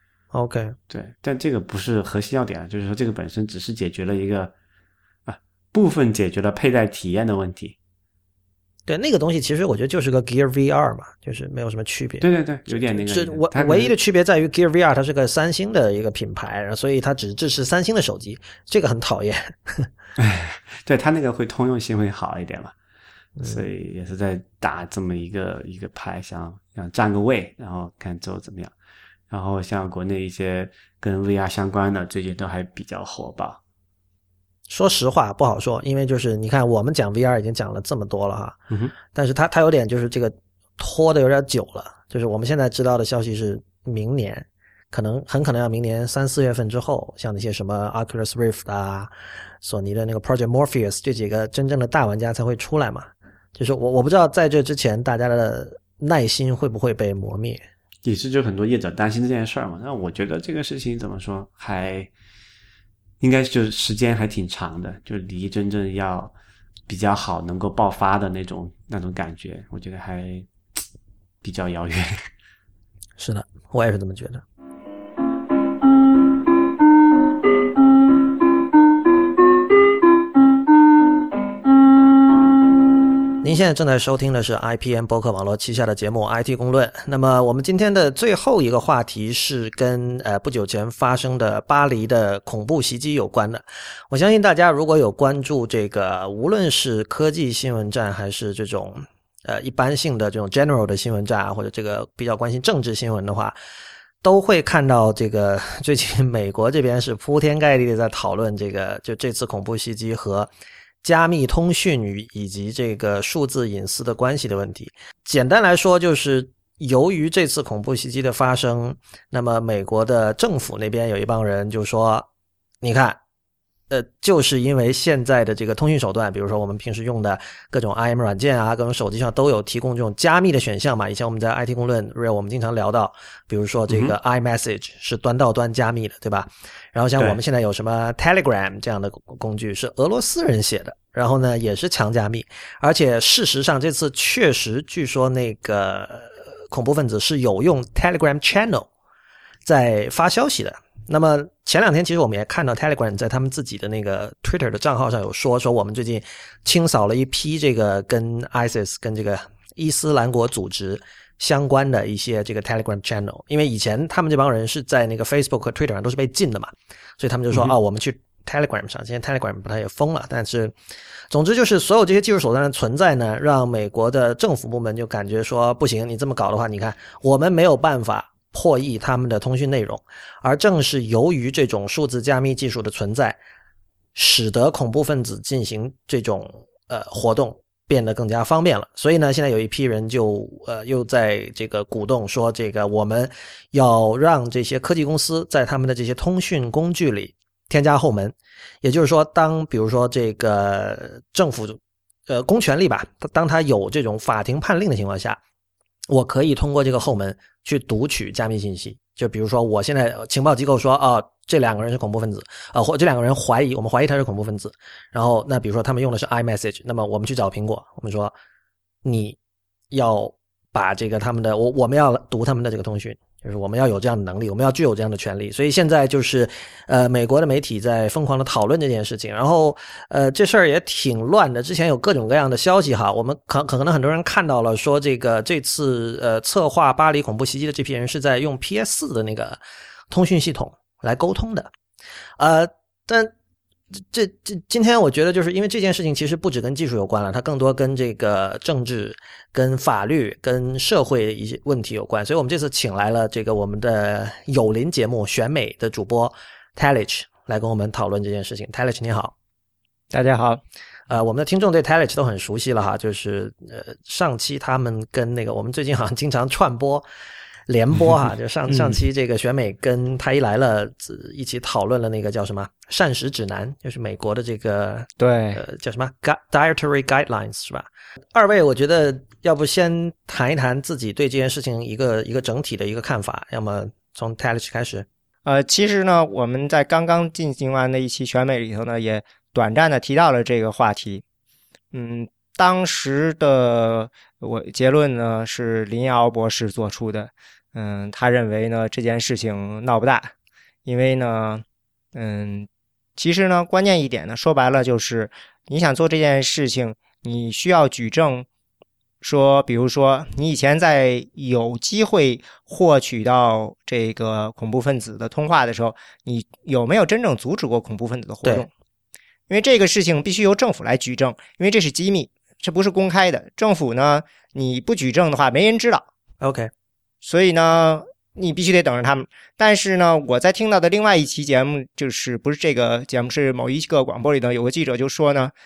[SPEAKER 1] OK，
[SPEAKER 2] 对，但这个不是核心要点，就是说这个本身只是解决了一个啊部分解决了佩戴体验的问题。
[SPEAKER 1] 对，那个东西其实我觉得就是个 Gear V R 嘛，就是没有什么区别。
[SPEAKER 2] 对对对，有点那个。
[SPEAKER 1] 是唯唯一的区别在于 Gear V R 它是个三星的一个品牌，所以它只支持三星的手机，这个很讨厌。
[SPEAKER 2] 对，它那个会通用性会好一点嘛。所以也是在打这么一个一个牌，想想占个位，然后看之后怎么样。然后像国内一些跟 V R 相关的，最近都还比较火爆。
[SPEAKER 1] 说实话不好说，因为就是你看我们讲 V R 已经讲了这么多了哈，
[SPEAKER 2] 嗯哼，
[SPEAKER 1] 但是它它有点就是这个拖的有点久了，就是我们现在知道的消息是明年， 可能很可能要明年三四月份之后，像那些什么 Oculus Rift 啊，索尼的那个 Project Morpheus 这几个真正的大玩家才会出来嘛。就是我我不知道在这之前大家的耐心会不会被磨灭。
[SPEAKER 2] 也是就很多业者担心这件事儿嘛。那我觉得这个事情怎么说，还应该就是时间还挺长的，就离真正要比较好能够爆发的那种那种感觉，我觉得还比较遥远。
[SPEAKER 1] 是的，我也是这么觉得。您现在正在收听的是 I P N 播客网络旗下的节目 I T 公论。那么我们今天的最后一个话题是跟呃不久前发生的巴黎的恐怖袭击有关的。我相信大家如果有关注这个，无论是科技新闻站还是这种呃一般性的这种 general 的新闻站啊，或者这个比较关心政治新闻的话，都会看到这个最近美国这边是铺天盖地的在讨论这个就这次恐怖袭击和加密通讯与以及这个数字隐私的关系的问题。简单来说，就是由于这次恐怖袭击的发生，那么美国的政府那边有一帮人就说，你看呃，就是因为现在的这个通讯手段，比如说我们平时用的各种 I M 软件啊，各种手机上都有提供这种加密的选项嘛。以前我们在 I T 公论 Real 我们经常聊到，比如说这个 iMessage 是端到端加密的，对吧？然后像我们现在有什么 Telegram 这样的工具是俄罗斯人写的，然后呢也是强加密，而且事实上这次确实据说那个恐怖分子是有用 Telegram Channel 在发消息的。那么前两天其实我们也看到 Telegram 在他们自己的那个 Twitter 的账号上有说说我们最近清扫了一批这个跟 ISIS 跟这个伊斯兰国组织相关的一些这个 Telegram Channel， 因为以前他们这帮人是在那个 Facebook 和 Twitter 上都是被禁的嘛，所以他们就说、嗯、哦，我们去 Telegram 上，现在 Telegram 把它也封了。但是总之就是所有这些技术手段的存在呢，让美国的政府部门就感觉说不行，你这么搞的话，你看我们没有办法破译他们的通讯内容，而正是由于这种数字加密技术的存在，使得恐怖分子进行这种呃活动变得更加方便了。所以呢，现在有一批人就呃又在这个鼓动说，这个我们要让这些科技公司在他们的这些通讯工具里添加后门，也就是说，当比如说这个政府呃公权力吧，当他有这种法庭判令的情况下，我可以通过这个后门去读取加密信息。就比如说我现在情报机构说哦，这两个人是恐怖分子，呃，或这两个人怀疑，我们怀疑他是恐怖分子，然后那比如说他们用的是 iMessage， 那么我们去找苹果，我们说你要把这个他们的我我们要读他们的这个通讯，就是我们要有这样的能力，我们要具有这样的权利。所以现在就是呃美国的媒体在疯狂的讨论这件事情，然后呃这事儿也挺乱的，之前有各种各样的消息哈，我们可可能很多人看到了说这个这次呃策划巴黎恐怖袭击的这批人是在用 P S 四 的那个通讯系统来沟通的。呃但这这今天我觉得就是因为这件事情其实不只跟技术有关了，它更多跟这个政治跟法律跟社会一些问题有关，所以我们这次请来了这个我们的友邻节目选美的主播 Talich 来跟我们讨论这件事情。 Talich 你好。
[SPEAKER 3] 大家好。
[SPEAKER 1] 呃，我们的听众对 Talich 都很熟悉了哈，就是呃上期他们跟那个我们最近好像经常串播联播哈，就上上期这个选美跟他一来了一起讨论了那个叫什么膳食指南，就是美国的这个
[SPEAKER 3] 对
[SPEAKER 1] 呃叫什么 dietary guidelines 是吧？二位我觉得要不先谈一谈自己对这件事情一个一个整体的一个看法，要么从 Talich 开始。
[SPEAKER 3] 呃，其实呢，我们在刚刚进行完的一期选美里头呢，也短暂的提到了这个话题。嗯，当时的我结论呢是林尧博士做出的。嗯，他认为呢这件事情闹不大，因为呢，嗯，其实呢关键一点呢，说白了就是你想做这件事情，你需要举证，说比如说你以前在有机会获取到这个恐怖分子的通话的时候，你有没有真正阻止过恐怖分子的活动？因为这个事情必须由政府来举证，因为这是机密，这不是公开的。政府呢，你不举证的话，没人知道。
[SPEAKER 1] OK。
[SPEAKER 3] 所以呢你必须得等着他们。但是呢我在听到的另外一期节目，就是不是这个节目，是某一个广播里呢有个记者就说呢，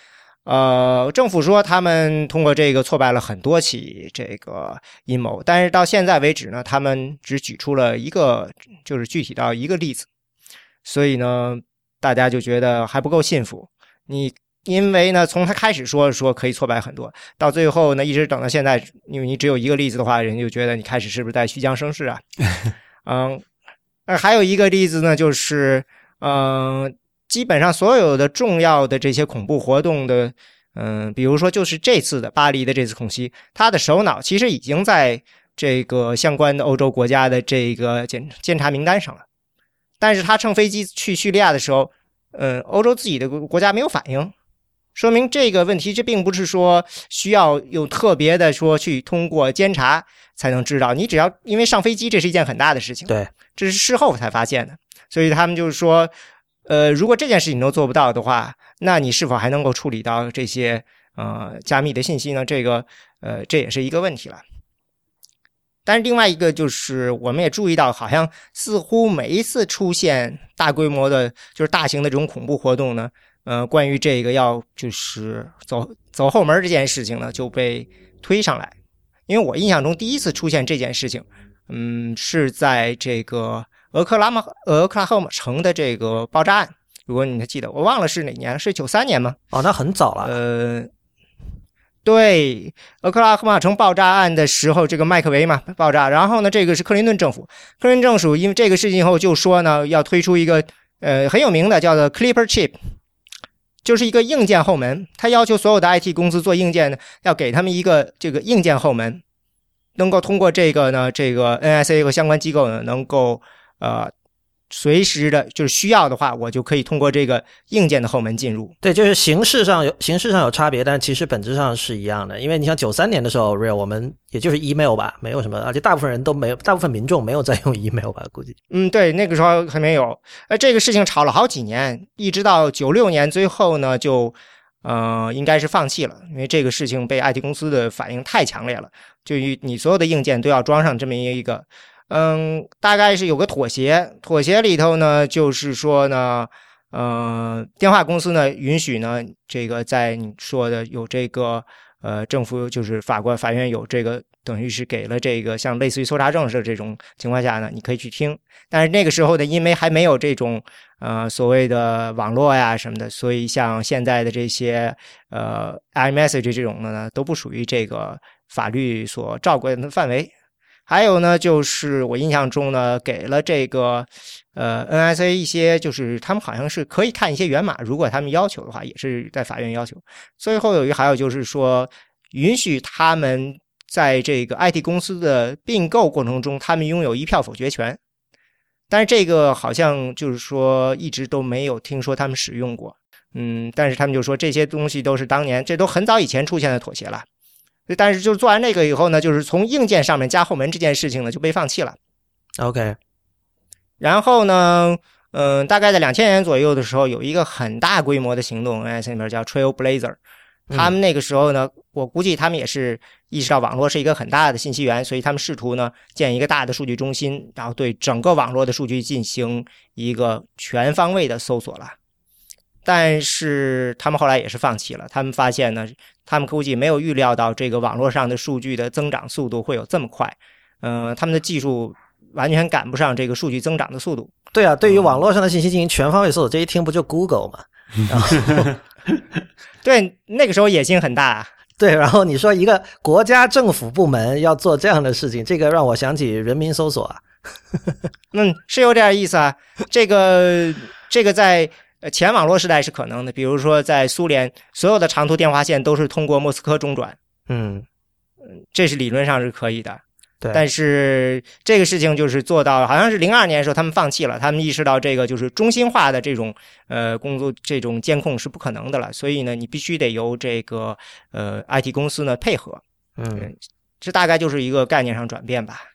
[SPEAKER 3] 呃，政府说他们通过这个挫败了很多起这个阴谋，但是到现在为止呢，他们只举出了一个，就是具体到一个例子，所以呢，大家就觉得还不够信服。你因为呢，从他开始说说可以挫败很多，到最后呢，一直等到现在，因为你只有一个例子的话，人就觉得你开始是不是在虚张声势啊？嗯，而还有一个例子呢，就是嗯。呃基本上所有的重要的这些恐怖活动的，嗯、呃，比如说就是这次的巴黎的这次恐袭，他的首脑其实已经在这个相关的欧洲国家的这个检监察名单上了，但是他乘飞机去叙利亚的时候，嗯、呃，欧洲自己的国家没有反应，说明这个问题这并不是说需要有特别的说去通过监察才能知道，你只要因为上飞机这是一件很大的事情，
[SPEAKER 1] 对，
[SPEAKER 3] 这是事后才发现的，所以他们就是说。呃，如果这件事情都做不到的话，那你是否还能够处理到这些呃加密的信息呢？这个呃，这也是一个问题了。但是另外一个就是，我们也注意到，好像似乎每一次出现大规模的，就是大型的这种恐怖活动呢，呃，关于这个要就是走走后门这件事情呢，就被推上来。因为我印象中第一次出现这件事情，嗯，是在这个。俄克拉马俄克拉荷马城的这个爆炸案，如果你还记得，我忘了是哪年，是九三年吗？
[SPEAKER 1] 哦，那很早了。
[SPEAKER 3] 呃，对，俄克拉荷马城爆炸案的时候，这个麦克维嘛爆炸，然后呢，这个是克林顿政府，克林顿政府因为这个事情以后就说呢，要推出一个呃很有名的叫做 Clipper Chip， 就是一个硬件后门，他要求所有的 I T 公司做硬件呢，要给他们一个这个硬件后门，能够通过这个呢，这个 N S A 和相关机构呢，能够。呃，随时的，就是需要的话，我就可以通过这个硬件的后门进入。
[SPEAKER 1] 对，就是形式上有形式上有差别，但其实本质上是一样的。因为你像九三年的时候 ，real 我们也就是 email 吧，没有什么，而且大部分人都没有，大部分民众没有在用 email 吧，估计。
[SPEAKER 3] 嗯，对，那个时候还没有。呃，这个事情吵了好几年，一直到九六年，最后呢，就呃，应该是放弃了，因为这个事情被 I T 公司的反应太强烈了，就你所有的硬件都要装上这么一个。嗯，大概是有个妥协，妥协里头呢，就是说呢，呃，电话公司呢允许呢，这个在你说的有这个呃政府就是法官法院有这个等于是给了这个像类似于搜查证的这种情况下呢，你可以去听。但是那个时候呢，因为还没有这种呃所谓的网络呀什么的，所以像现在的这些呃 iMessage 这种的呢，都不属于这个法律所照管的范围。还有呢，就是我印象中呢，给了这个呃 N S A 一些，就是他们好像是可以看一些源码，如果他们要求的话，也是在法院要求。最后有一个还有就是说，允许他们在这个 I T 公司的并购过程中，他们拥有一票否决权。但是这个好像就是说一直都没有听说他们使用过。嗯，但是他们就说这些东西都是当年，这都很早以前出现的妥协了。但是就是做完那个以后呢，就是从硬件上面加后门这件事情呢就被放弃了。
[SPEAKER 1] OK，
[SPEAKER 3] 然后呢，嗯、呃，大概在两千年左右的时候，有一个很大规模的行动 ，N S A 里面叫 Trailblazer。他们那个时候呢，我估计他们也是意识到网络是一个很大的信息源，所以他们试图呢建一个大的数据中心，然后对整个网络的数据进行一个全方位的搜索了。但是他们后来也是放弃了，他们发现呢，他们估计没有预料到这个网络上的数据的增长速度会有这么快，嗯、呃，他们的技术完全赶不上这个数据增长的速度。
[SPEAKER 1] 对啊，对于网络上的信息进行全方位搜索，这一听不就 Google 吗？然后
[SPEAKER 3] 对，那个时候野心很大啊。
[SPEAKER 1] 对，然后你说一个国家政府部门要做这样的事情，这个让我想起人民搜索啊。
[SPEAKER 3] 嗯，是有点意思啊。这个这个在前网络时代是可能的，比如说在苏联，所有的长途电话线都是通过莫斯科中转，
[SPEAKER 1] 嗯，
[SPEAKER 3] 这是理论上是可以的。
[SPEAKER 1] 对，
[SPEAKER 3] 但是这个事情就是做到，好像是零二年的时候他们放弃了，他们意识到这个就是中心化的这种呃工作这种监控是不可能的了，所以呢，你必须得由这个呃 I T 公司呢配合。
[SPEAKER 1] 嗯，
[SPEAKER 3] 这大概就是一个概念上转变吧。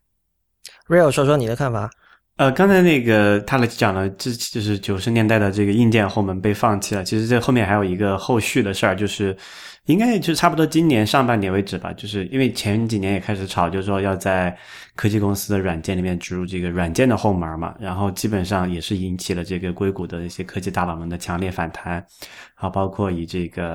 [SPEAKER 1] Real 说说你的看法。
[SPEAKER 2] 呃，刚才那个他来讲了，这就是九十年代的这个硬件后门被放弃了。其实这后面还有一个后续的事儿，就是应该就差不多今年上半年为止吧，就是因为前几年也开始吵，就是说要在科技公司的软件里面植入这个软件的后门嘛，然后基本上也是引起了这个硅谷的一些科技大佬们的强烈反弹，啊，包括以这个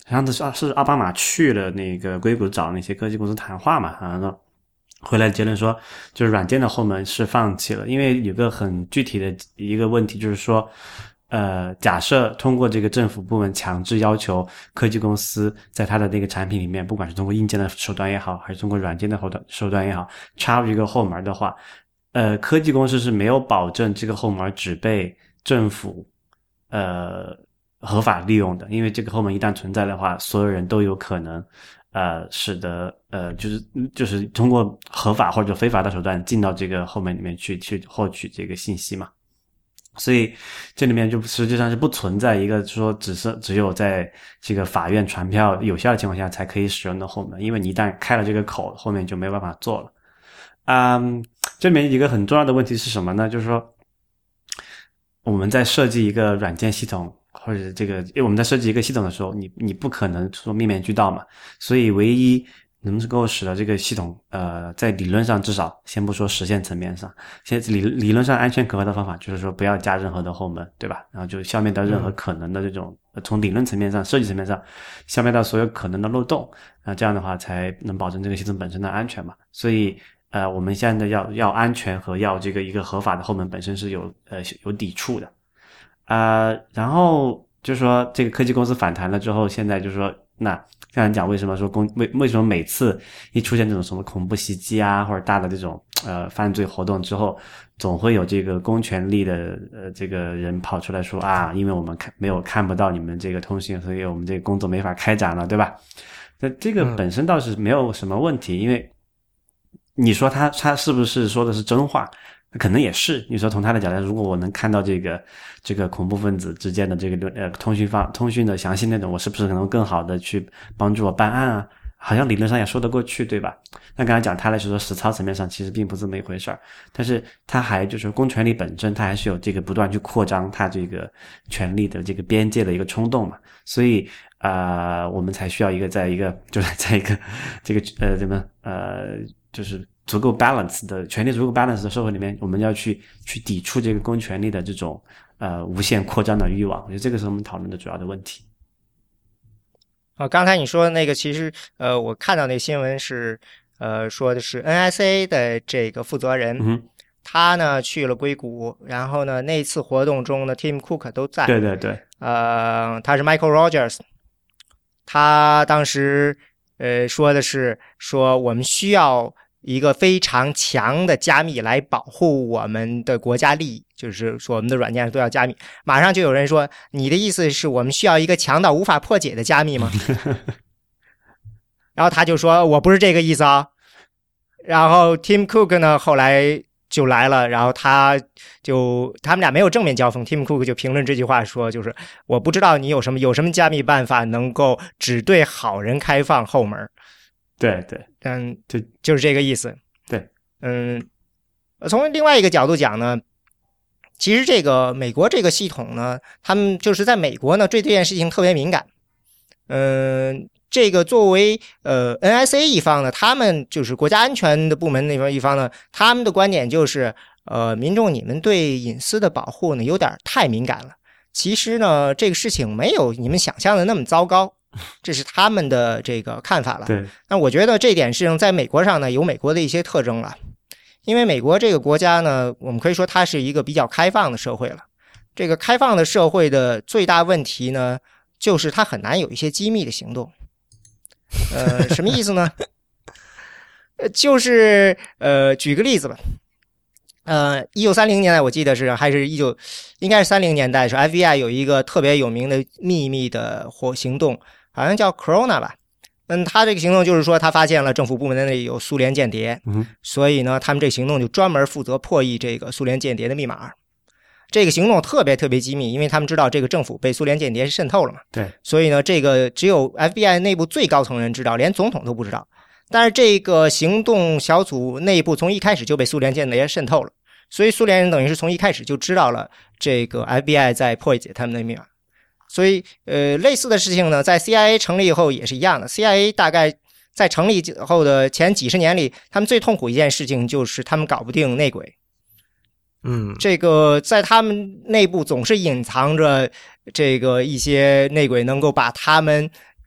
[SPEAKER 2] 上次是是奥巴马去了那个硅谷找那些科技公司谈话嘛，然后回来结论说，就是软件的后门是放弃了，因为有个很具体的一个问题，就是说，呃，假设通过这个政府部门强制要求科技公司在它的那个产品里面，不管是通过硬件的手段也好，还是通过软件的手段手段也好，插入一个后门的话，呃，科技公司是没有保证这个后门只被政府呃合法利用的，因为这个后门一旦存在的话，所有人都有可能呃使得呃就是就是通过合法或者非法的手段进到这个后门里面去去获取这个信息嘛。所以这里面就实际上是不存在一个说只是只有在这个法院传票有效的情况下才可以使用的后门，因为你一旦开了这个口，后面就没有办法做了。嗯，这里面一个很重要的问题是什么呢？就是说我们在设计一个软件系统，或者这个因为我们在设计一个系统的时候，你你不可能说面面俱到嘛，所以唯一能够使得这个系统呃在理论上至少先不说实现层面上，现在理理论上安全可靠的方法就是说不要加任何的后门，对吧？然后就消灭掉任何可能的这种、嗯、从理论层面上设计层面上消灭掉所有可能的漏洞，那这样的话才能保证这个系统本身的安全嘛。所以呃我们现在要要安全和要这个一个合法的后门本身是有呃有抵触的。呃然后就是说这个科技公司反弹了之后，现在就是说那刚才讲为什么说公为为什么每次一出现这种什么恐怖袭击啊或者大的这种呃犯罪活动之后，总会有这个公权力的呃这个人跑出来说啊，因为我们看没有看不到你们这个通讯，所以我们这个工作没法开展了，对吧？那这个本身倒是没有什么问题，因为你说他他是不是说的是真话？可能也是，你说从他的角度，如果我能看到这个这个恐怖分子之间的这个呃通讯方通讯的详细内容，我是不是可能更好的去帮助我办案啊？好像理论上也说得过去，对吧？那刚才讲他来说实操层面上其实并不是这么一回事儿，但是他还就是公权力本身，他还是有这个不断去扩张他这个权力的这个边界的一个冲动嘛，所以啊、呃，我们才需要一个在一个就是在一个这个呃怎么呃就是足够 balance 的权力足够 balance 的社会里面，我们要去去抵触这个公权力的这种呃无限扩张的欲望，我觉得这个是我们讨论的主要的问题。
[SPEAKER 3] 啊，刚才你说的那个，其实呃，我看到那个新闻是呃说的是 N S A 的这个负责人，
[SPEAKER 2] 嗯，
[SPEAKER 3] 他呢去了硅谷，然后呢那次活动中呢 Tim Cook 都在，
[SPEAKER 2] 对对对，
[SPEAKER 3] 呃，他是 Michael Rogers， 他当时呃说的是说我们需要一个非常强的加密来保护我们的国家利益，就是说我们的软件都要加密。马上就有人说，你的意思是我们需要一个强到无法破解的加密吗？然后他就说我不是这个意思啊。然后 Tim Cook 呢后来就来了，然后他就他们俩没有正面交锋， Tim Cook 就评论这句话说，就是我不知道你有什么有什么加密办法能够只对好人开放后门。
[SPEAKER 2] 对对，
[SPEAKER 3] 嗯，
[SPEAKER 2] 就
[SPEAKER 3] 就是这个意思。
[SPEAKER 2] 对，
[SPEAKER 3] 嗯，从另外一个角度讲呢，其实这个美国这个系统呢，他们就是在美国呢对这件事情特别敏感。嗯，这个作为呃 N S A 一方呢，他们就是国家安全的部门那边一方呢，他们的观点就是呃，民众你们对隐私的保护呢有点太敏感了。其实呢，这个事情没有你们想象的那么糟糕。这是他们的这个看法了。
[SPEAKER 2] 对，
[SPEAKER 3] 那我觉得这点事情在美国上呢有美国的一些特征了，因为美国这个国家呢，我们可以说它是一个比较开放的社会了。这个开放的社会的最大问题呢，就是它很难有一些机密的行动。呃，什么意思呢？呃，就是呃，举个例子吧。呃，一九三零年代我记得是还是一九，应该是三零年代的时候 ，F B I 有一个特别有名的秘密的活行动。好像叫 Corona 吧，嗯，他这个行动就是说，他发现了政府部门内有苏联间谍，
[SPEAKER 2] 嗯，
[SPEAKER 3] 所以呢，他们这个行动就专门负责破译这个苏联间谍的密码。这个行动特别特别机密，因为他们知道这个政府被苏联间谍渗透了嘛，
[SPEAKER 2] 对，
[SPEAKER 3] 所以呢，这个只有 F B I 内部最高层人知道，连总统都不知道。但是这个行动小组内部从一开始就被苏联间谍渗透了，所以苏联人等于是从一开始就知道了这个 F B I 在破解他们的密码。所以，呃，类似的事情呢，在 C I A 成立以后也是一样的。C I A 大概在成立后的前几十年里，他们最痛苦一件事情就是他们搞不定内鬼。
[SPEAKER 1] 嗯，
[SPEAKER 3] 这个在他们内部总是隐藏着这个一些内鬼能够把他们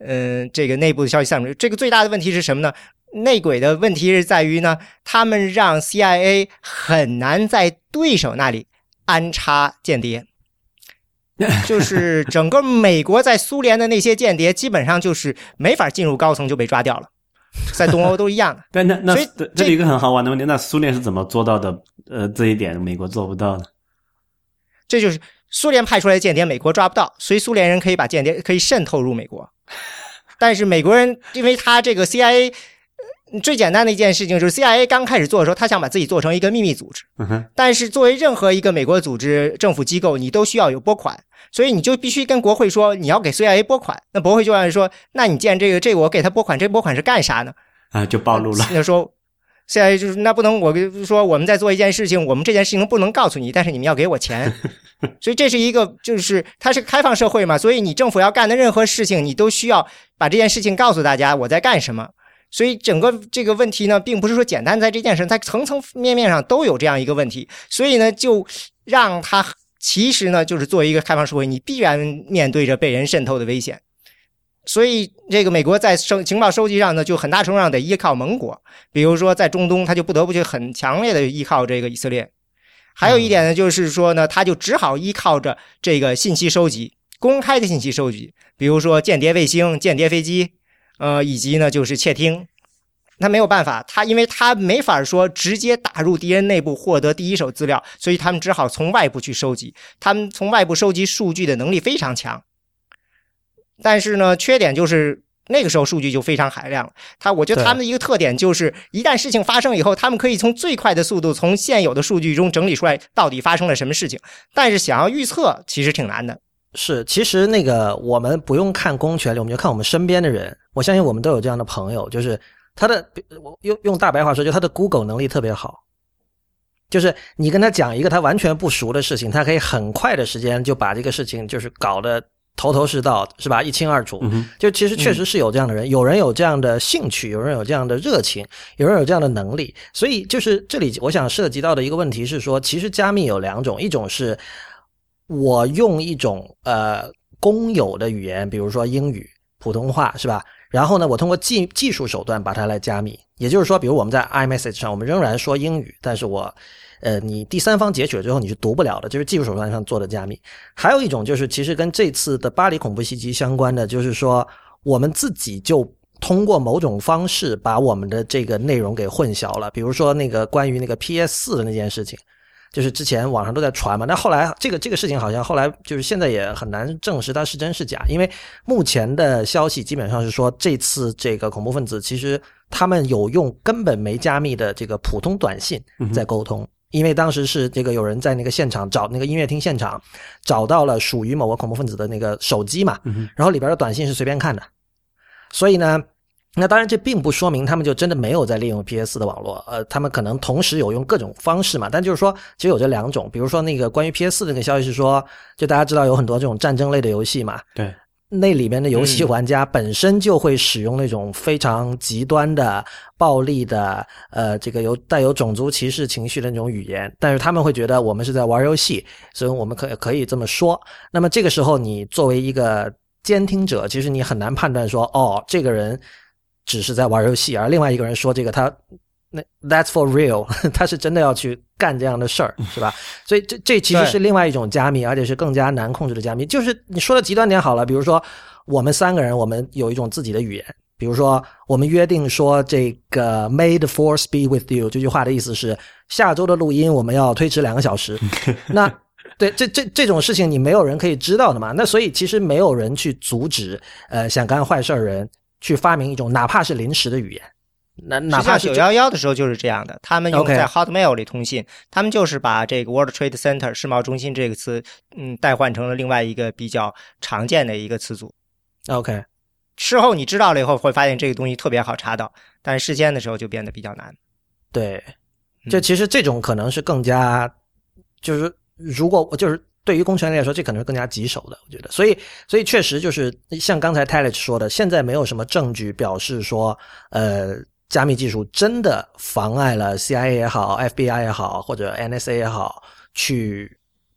[SPEAKER 3] 嗯、呃，这个内部的消息散布。这个最大的问题是什么呢？内鬼的问题是在于呢，他们让 C I A 很难在对手那里安插间谍。就是整个美国在苏联的那些间谍基本上就是没法进入高层就被抓掉了，在东欧都一样的。
[SPEAKER 2] 但那那
[SPEAKER 3] 所以
[SPEAKER 2] 这里一个很好玩的问题，那苏联是怎么做到的？呃，这一点美国做不到的。
[SPEAKER 3] 这就是苏联派出来的间谍，美国抓不到，所以苏联人可以把间谍可以渗透入美国。但是美国人，因为他这个 C I A。最简单的一件事情就是 C I A 刚开始做的时候，他想把自己做成一个秘密组织，
[SPEAKER 2] 嗯、
[SPEAKER 3] 但是作为任何一个美国组织政府机构，你都需要有拨款，所以你就必须跟国会说你要给 C I A 拨款。那国会就按说，那你既然这个这个我给他拨款，这拨款是干啥呢？
[SPEAKER 2] 啊，就暴露了。
[SPEAKER 3] 那说 C I A 就是那不能，我说我们在做一件事情，我们这件事情不能告诉你，但是你们要给我钱。所以这是一个就是它是开放社会嘛，所以你政府要干的任何事情，你都需要把这件事情告诉大家我在干什么。所以整个这个问题呢，并不是说简单在这件事，在层层面面上都有这样一个问题，所以呢，就让它其实呢，就是作为一个开放社会，你必然面对着被人渗透的危险。所以这个美国在收情报收集上呢，就很大程度上得依靠盟国，比如说在中东，他就不得不去很强烈的依靠这个以色列。还有一点呢，就是说呢，他就只好依靠着这个信息收集，公开的信息收集，比如说间谍卫星、间谍飞机。呃，以及呢，就是窃听，他没有办法，他因为他没法说直接打入敌人内部获得第一手资料，所以他们只好从外部去收集，他们从外部收集数据的能力非常强，但是呢，缺点就是那个时候数据就非常海量了。他，我觉得他们的一个特点就是，一旦事情发生以后，他们可以从最快的速度从现有的数据中整理出来到底发生了什么事情，但是想要预测其实挺难的。
[SPEAKER 1] 是，其实那个我们不用看公权力，我们就看我们身边的人。我相信我们都有这样的朋友，就是他的用用大白话说，就他的 Google 能力特别好。就是你跟他讲一个他完全不熟的事情，他可以很快的时间就把这个事情就是搞得头头是道，是吧？一清二楚。
[SPEAKER 2] 嗯、
[SPEAKER 1] 就其实确实是有这样的人，嗯、有人有这样的兴趣，有人有这样的热情，有人有这样的能力。所以就是这里我想涉及到的一个问题是说，其实加密有两种，一种是我用一种呃公有的语言，比如说英语、普通话，是吧？然后呢，我通过技技术手段把它来加密。也就是说，比如我们在 iMessage 上，我们仍然说英语，但是我呃你第三方截取了之后你是读不了的，这是技术手段上做的加密。还有一种就是其实跟这次的巴黎恐怖袭击相关的，就是说我们自己就通过某种方式把我们的这个内容给混淆了。比如说那个关于那个 P S 四 的那件事情，就是之前网上都在传嘛，但后来这个这个事情好像后来就是现在也很难证实它是真是假，因为目前的消息基本上是说这次这个恐怖分子其实他们有用根本没加密的这个普通短信在沟通，嗯、因为当时是这个有人在那个现场找那个音乐厅现场找到了属于某个恐怖分子的那个手机嘛，
[SPEAKER 2] 嗯、
[SPEAKER 1] 然后里边的短信是随便看的，所以呢。那当然这并不说明他们就真的没有在利用 P S 四 的网络，呃，他们可能同时有用各种方式嘛，但就是说其实有这两种，比如说那个关于 P S 四 的那个消息是说，就大家知道有很多这种战争类的游戏嘛，
[SPEAKER 2] 对，
[SPEAKER 1] 那里面的游戏玩家本身就会使用那种非常极端的、暴力的，呃，这个有带有种族歧视情绪的那种语言，但是他们会觉得我们是在玩游戏，所以我们可可以这么说。那么这个时候你作为一个监听者，其实你很难判断说，哦，这个人只是在玩游戏，而另外一个人说这个他那 that's for real 他是真的要去干这样的事儿，是吧？所以这这其实是另外一种加密，而且是更加难控制的加密。就是你说的极端点好了，比如说我们三个人我们有一种自己的语言，比如说我们约定说这个 May the force be with you 这句话的意思是下周的录音我们要推迟两个小时那对，这这这种事情你没有人可以知道的嘛，那所以其实没有人去阻止呃想干坏事的人去发明一种哪怕是临时的语言，那哪怕是
[SPEAKER 3] 九一一的时候就是这样的，他们用在 Hotmail 里通信， okay. 他们就是把这个 World Trade Center 世贸中心这个词，嗯，代换成了另外一个比较常见的一个词组。
[SPEAKER 1] OK，
[SPEAKER 3] 事后你知道了以后会发现这个东西特别好查到，但是事先的时候就变得比较难。
[SPEAKER 1] 对，就其实这种可能是更加，嗯、就是如果就是对于公权力来说，这可能是更加棘手的，我觉得。所以，所以确实就是像刚才 Talich 说的，现在没有什么证据表示说，呃，加密技术真的妨碍了 C I A 也好 ，F B I 也好，或者 N S A 也好，去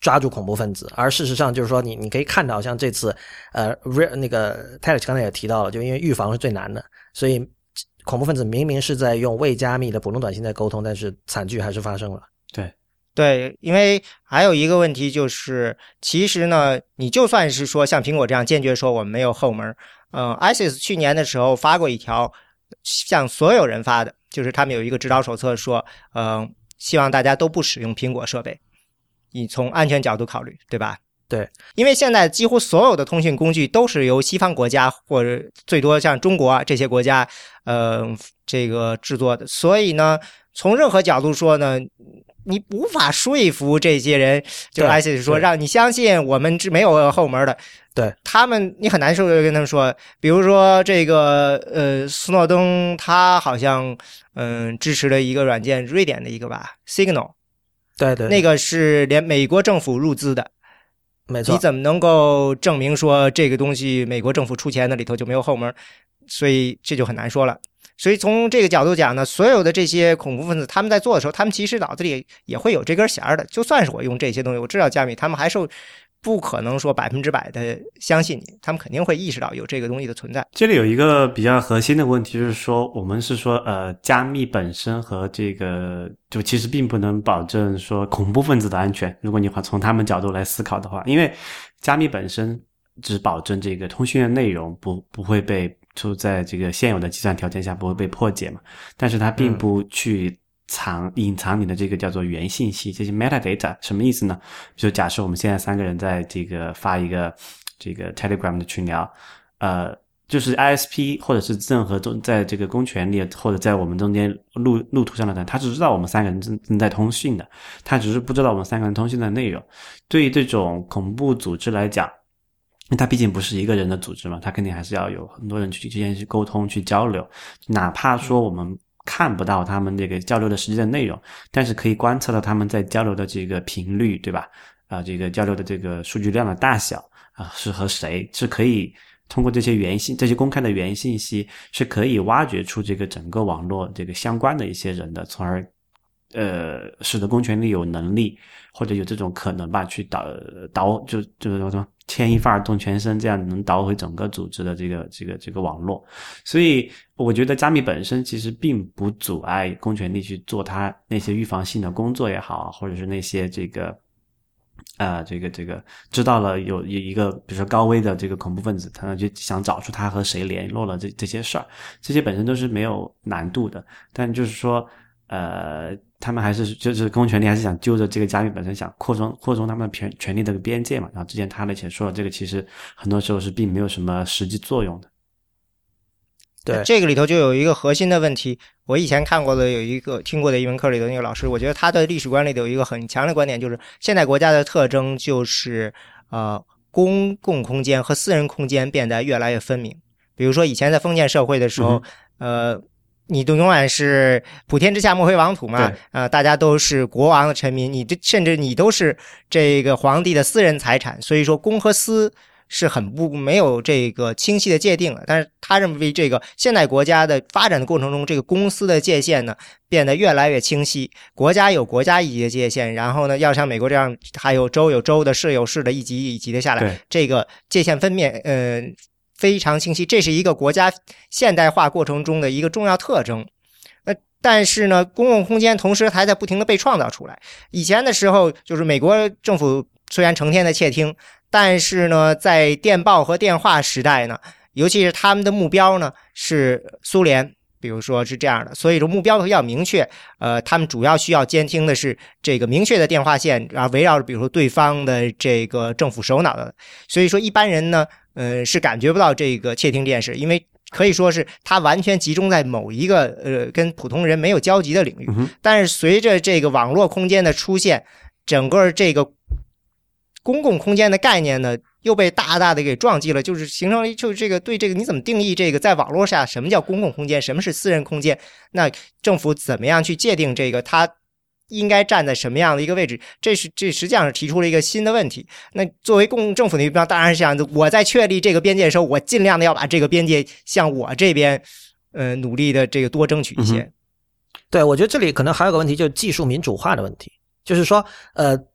[SPEAKER 1] 抓住恐怖分子，而事实上就是说你你可以看到，像这次呃那个 Telex 刚才也提到了，就因为预防是最难的，所以恐怖分子明明是在用未加密的普通短信在沟通，但是惨剧还是发生了。
[SPEAKER 2] 对
[SPEAKER 3] 对，因为还有一个问题就是，其实呢，你就算是说像苹果这样坚决说我们没有后门，嗯、呃、，I S I S 去年的时候发过一条向所有人发的，就是他们有一个指导手册说，嗯、呃，希望大家都不使用苹果设备，你从安全角度考虑，对吧？
[SPEAKER 1] 对，
[SPEAKER 3] 因为现在几乎所有的通讯工具都是由西方国家或者最多像中国这些国家，呃，这个制作的，所以呢，从任何角度说呢，你无法说服这些人，就 I S I S 说让你相信我们是没有后门的。
[SPEAKER 1] 对，他
[SPEAKER 3] 们你很难说跟他们说，比如说这个呃，斯诺登他好像嗯、呃、支持了一个软件，瑞典的一个吧 ，Signal，
[SPEAKER 1] 对对，
[SPEAKER 3] 那个是连美国政府入资的。
[SPEAKER 1] 没错，
[SPEAKER 3] 你怎么能够证明说这个东西美国政府出钱的里头就没有后门？所以这就很难说了。所以从这个角度讲呢，所有的这些恐怖分子他们在做的时候，他们其实脑子里也会有这根弦的。就算是我用这些东西，我知道加密，他们还是不可能说百分之百的相信你，他们肯定会意识到有这个东西的存在。
[SPEAKER 2] 这里有一个比较核心的问题，就是说我们是说呃，加密本身和这个就其实并不能保证说恐怖分子的安全。如果你从他们角度来思考的话，因为加密本身只保证这个通讯的内容不不会被就在这个现有的计算条件下不会被破解嘛，但是它并不去藏隐藏你的这个叫做原信息，这些 metadata 什么意思呢？就假设我们现在三个人在这个发一个这个 Telegram 的群聊，呃，就是 I S P 或者是任何中在这个公权力或者在我们中间路路途上的人，他只知道我们三个人正正在通讯的，他只是不知道我们三个人通讯的内容。对于这种恐怖组织来讲，因为它毕竟不是一个人的组织嘛，它肯定还是要有很多人去之间去沟通去交流，哪怕说我们看不到他们这个交流的实际的内容，但是可以观测到他们在交流的这个频率，对吧？啊、呃，这个交流的这个数据量的大小啊、呃，是和谁，是可以通过这些原信这些公开的原信息是可以挖掘出这个整个网络这个相关的一些人的，从而呃使得公权力有能力或者有这种可能吧去导导就就是什么牵一发而动全身，这样能导回整个组织的这个这个这个网络。所以我觉得加密本身其实并不阻碍公权力去做它那些预防性的工作也好，或者是那些这个呃，这个这个知道了有有一个比如说高危的这个恐怖分子，他就想找出他和谁联络了这这些事儿，这些本身都是没有难度的。但就是说呃他们还是就是公权力还是想就着这个加密本身想扩充扩充他们权权力的边界嘛，然后之前他的也说了，这个其实很多时候是并没有什么实际作用的。
[SPEAKER 1] 对，
[SPEAKER 3] 这个里头就有一个核心的问题，我以前看过的有一个听过的一门课里的那个老师，我觉得他的历史观里头有一个很强的观点，就是现代国家的特征就是呃公共空间和私人空间变得越来越分明。比如说以前在封建社会的时候，嗯、呃你都永远是普天之下莫非王土嘛，呃，大家都是国王的臣民，你这甚至你都是这个皇帝的私人财产，所以说公和私是很不没有这个清晰的界定了。但是他认为这个现代国家的发展的过程中，这个公私的界限呢变得越来越清晰，国家有国家一级的界限，然后呢要像美国这样还有州有州的，市有市的，一级一级的下来，这个界限分面呃非常清晰，这是一个国家现代化过程中的一个重要特征。呃，但是呢，公共空间同时还在不停的被创造出来。以前的时候，就是美国政府虽然成天的窃听，但是呢，在电报和电话时代呢，尤其是他们的目标呢是苏联，比如说是这样的，所以说目标比较明确。呃，他们主要需要监听的是这个明确的电话线，然后围绕着比如说对方的这个政府首脑的。所以说一般人呢，呃，是感觉不到这个窃听这件事，因为可以说是它完全集中在某一个呃跟普通人没有交集的领域。但是随着这个网络空间的出现，整个这个公共空间的概念呢又被大大的给撞击了，就是形成了就是这个对这个你怎么定义这个在网络下什么叫公共空间，什么是私人空间，那政府怎么样去界定这个它应该站在什么样的一个位置，这是这实际上是提出了一个新的问题。那作为公政府的一方，当然是想我在确立这个边界的时候，我尽量的要把这个边界向我这边呃努力的这个多争取一些。
[SPEAKER 1] 嗯、对，我觉得这里可能还有个问题，就是技术民主化的问题，就是说呃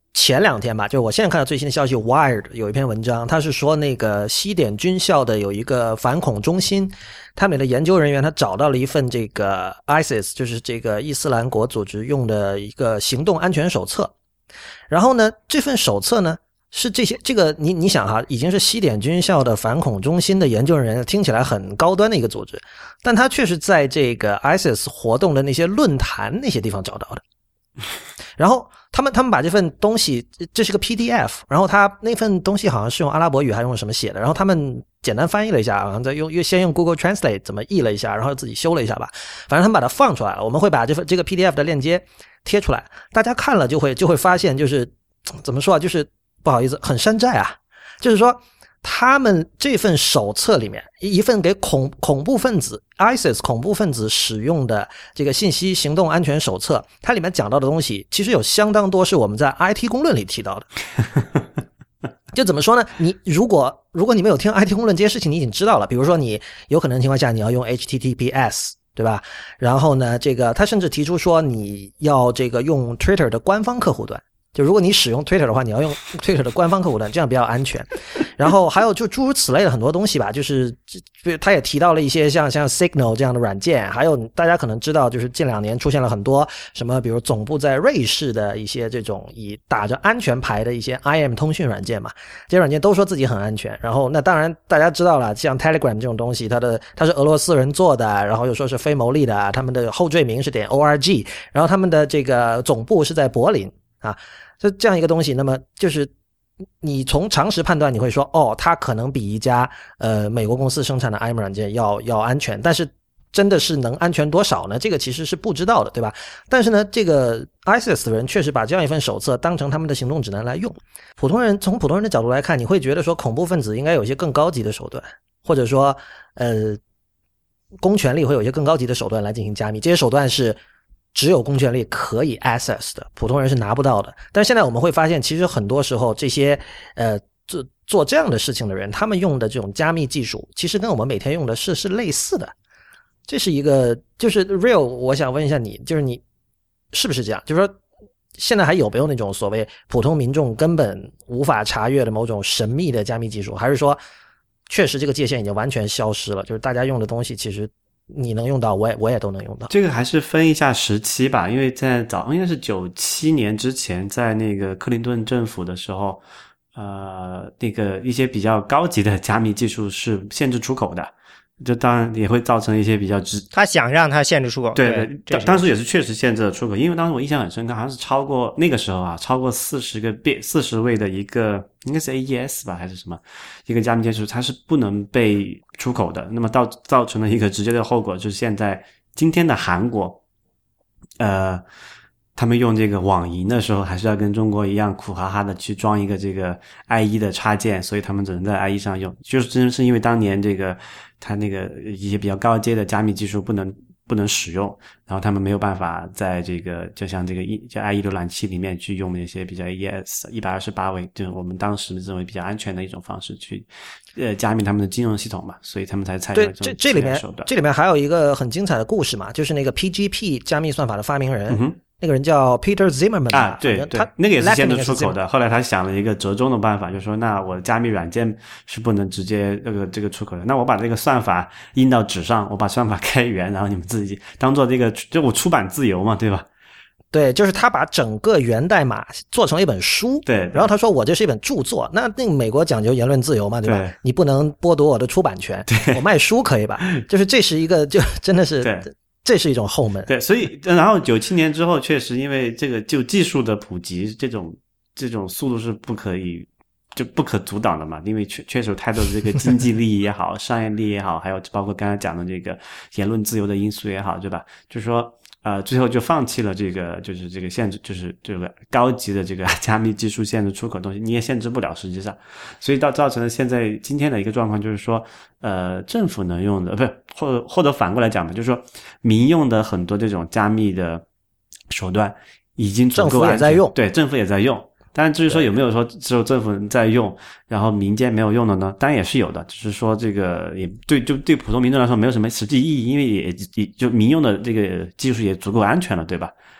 [SPEAKER 1] 前两天吧，就是我现在看到最新的消息 Wired 有一篇文章，他是说那个西点军校的有一个反恐中心，他们的研究人员他找到了一份这个 I S I S 就是这个伊斯兰国组织用的一个行动安全手册。然后呢，这份手册呢是这些这个你你想哈，已经是西点军校的反恐中心的研究人员，听起来很高端的一个组织，但他却是在这个 I S I S 活动的那些论坛那些地方找到的。然后他们他们把这份东西，这是个 P D F， 然后他那份东西好像是用阿拉伯语还用什么写的，然后他们简单翻译了一下，然后再用先用 Google Translate 怎么译了一下，然后自己修了一下吧，反正他们把它放出来了。我们会把这份这个 P D F 的链接贴出来，大家看了就会就会发现，就是怎么说啊，就是不好意思，很山寨啊，就是说。他们这份手册里面，一份给恐恐怖分子 I S I S 恐怖分子使用的这个信息行动安全手册，它里面讲到的东西，其实有相当多是我们在 I T 公论里提到的。就怎么说呢？你如果如果你没有听 I T 公论这些事情，你已经知道了。比如说，你有可能情况下你要用 H T T P S， 对吧？然后呢，这个他甚至提出说你要这个用 Twitter 的官方客户端。就如果你使用 Twitter 的话，你要用 Twitter 的官方客户端，这样比较安全。然后还有就诸如此类的很多东西吧，就是他也提到了一些像像 Signal 这样的软件，还有大家可能知道，就是近两年出现了很多什么，比如总部在瑞士的一些这种以打着安全牌的一些 I M 通讯软件嘛，这些软件都说自己很安全。然后那当然大家知道了，像 Telegram 这种东西，它的它是俄罗斯人做的，然后又说是非牟利的，他们的后缀名是点 org， 然后他们的这个总部是在柏林。啊，就这样一个东西，那么就是你从常识判断，你会说，哦，它可能比一家呃美国公司生产的 I M 软件要要安全，但是真的是能安全多少呢？这个其实是不知道的，对吧？但是呢，这个 I S I S 的人确实把这样一份手册当成他们的行动指南来用。普通人从普通人的角度来看，你会觉得说恐怖分子应该有一些更高级的手段，或者说呃，公权力会有一些更高级的手段来进行加密，这些手段是。只有公权力可以 access 的，普通人是拿不到的。但是现在我们会发现，其实很多时候这些呃做做这样的事情的人，他们用的这种加密技术，其实跟我们每天用的是是类似的。这是一个，就是 real， 我想问一下你，就是你是不是这样？就是说，现在还有没有那种所谓普通民众根本无法查阅的某种神秘的加密技术？还是说，确实这个界限已经完全消失了？就是大家用的东西其实。你能用到，我也我也都能用到。
[SPEAKER 2] 这个还是分一下时期吧，因为在早应该是九七年之前，在那个克林顿政府的时候，呃，那个一些比较高级的加密技术是限制出口的，这当然也会造成一些比较直。
[SPEAKER 3] 他想让它限制出口，
[SPEAKER 2] 对
[SPEAKER 3] 对，
[SPEAKER 2] 对，当时也是确实限制了出口，因为当时我印象很深刻，好像是超过那个时候啊，超过四十个 bit 四十位的一个，应该是 A E S 吧还是什么一个加密技术，它是不能被出口的。那么造造成了一个直接的后果，就是现在今天的韩国，呃，他们用这个网银的时候，还是要跟中国一样苦哈哈的去装一个这个 I E 的插件，所以他们只能在 I E 上用。就是真是因为当年这个他那个一些比较高阶的加密技术不能不能使用，然后他们没有办法在这个就像这个一就 I E 浏览器里面去用那些比较 A E S 一百二十八位，就是我们当时认为比较安全的一种方式去呃加密他们的金融系统嘛，所以他们才采用
[SPEAKER 1] 这种这这里面这里面还有一个很精彩的故事嘛，就是那个 P G P 加密算法的发明人。嗯那个人叫 Peter Zimmerman
[SPEAKER 2] 啊，对对，他那个也是限制出口的。后来他想了一个折中的办法，就是说，那我的加密软件是不能直接这个这个出口的，那我把这个算法印到纸上，我把算法开源，然后你们自己当做这个，就我出版自由嘛，对吧？
[SPEAKER 1] 对，就是他把整个源代码做成了一本书，
[SPEAKER 2] 对，
[SPEAKER 1] 然后他说我这是一本著作，那那个美国讲究言论自由嘛，对吧？
[SPEAKER 2] 对，
[SPEAKER 1] 你不能剥夺我的出版权，
[SPEAKER 2] 对，
[SPEAKER 1] 我卖书可以吧？就是这是一个，就真的是。
[SPEAKER 2] 对。
[SPEAKER 1] 这是一种后门。
[SPEAKER 2] 对，所以然后九七年之后，确实因为这个就技术的普及，这种这种速度是不可以就不可阻挡的嘛，因为确确实有太多的这个经济利益也好，商业利益也好，还有包括刚才讲的这个言论自由的因素也好，对吧？就是说呃，最后就放弃了这个，就是这个限制，就是这个高级的这个加密技术限制出口的东西，你也限制不了，实际上，所以到造成了现在今天的一个状况，就是说，呃，政府能用的，不是，或者或者反过来讲吧，就是说，民用的很多这种加密的手段已经足够安全，
[SPEAKER 1] 政府也在用，
[SPEAKER 2] 对，政府也在用。当然至于说有没有说只有政府在用，然后民间没有用的呢？当然也是有的，只是说这个也对，就对普通民众来说没有什么实际意义，因为也也就民用的这个技术也足够安全了，对吧？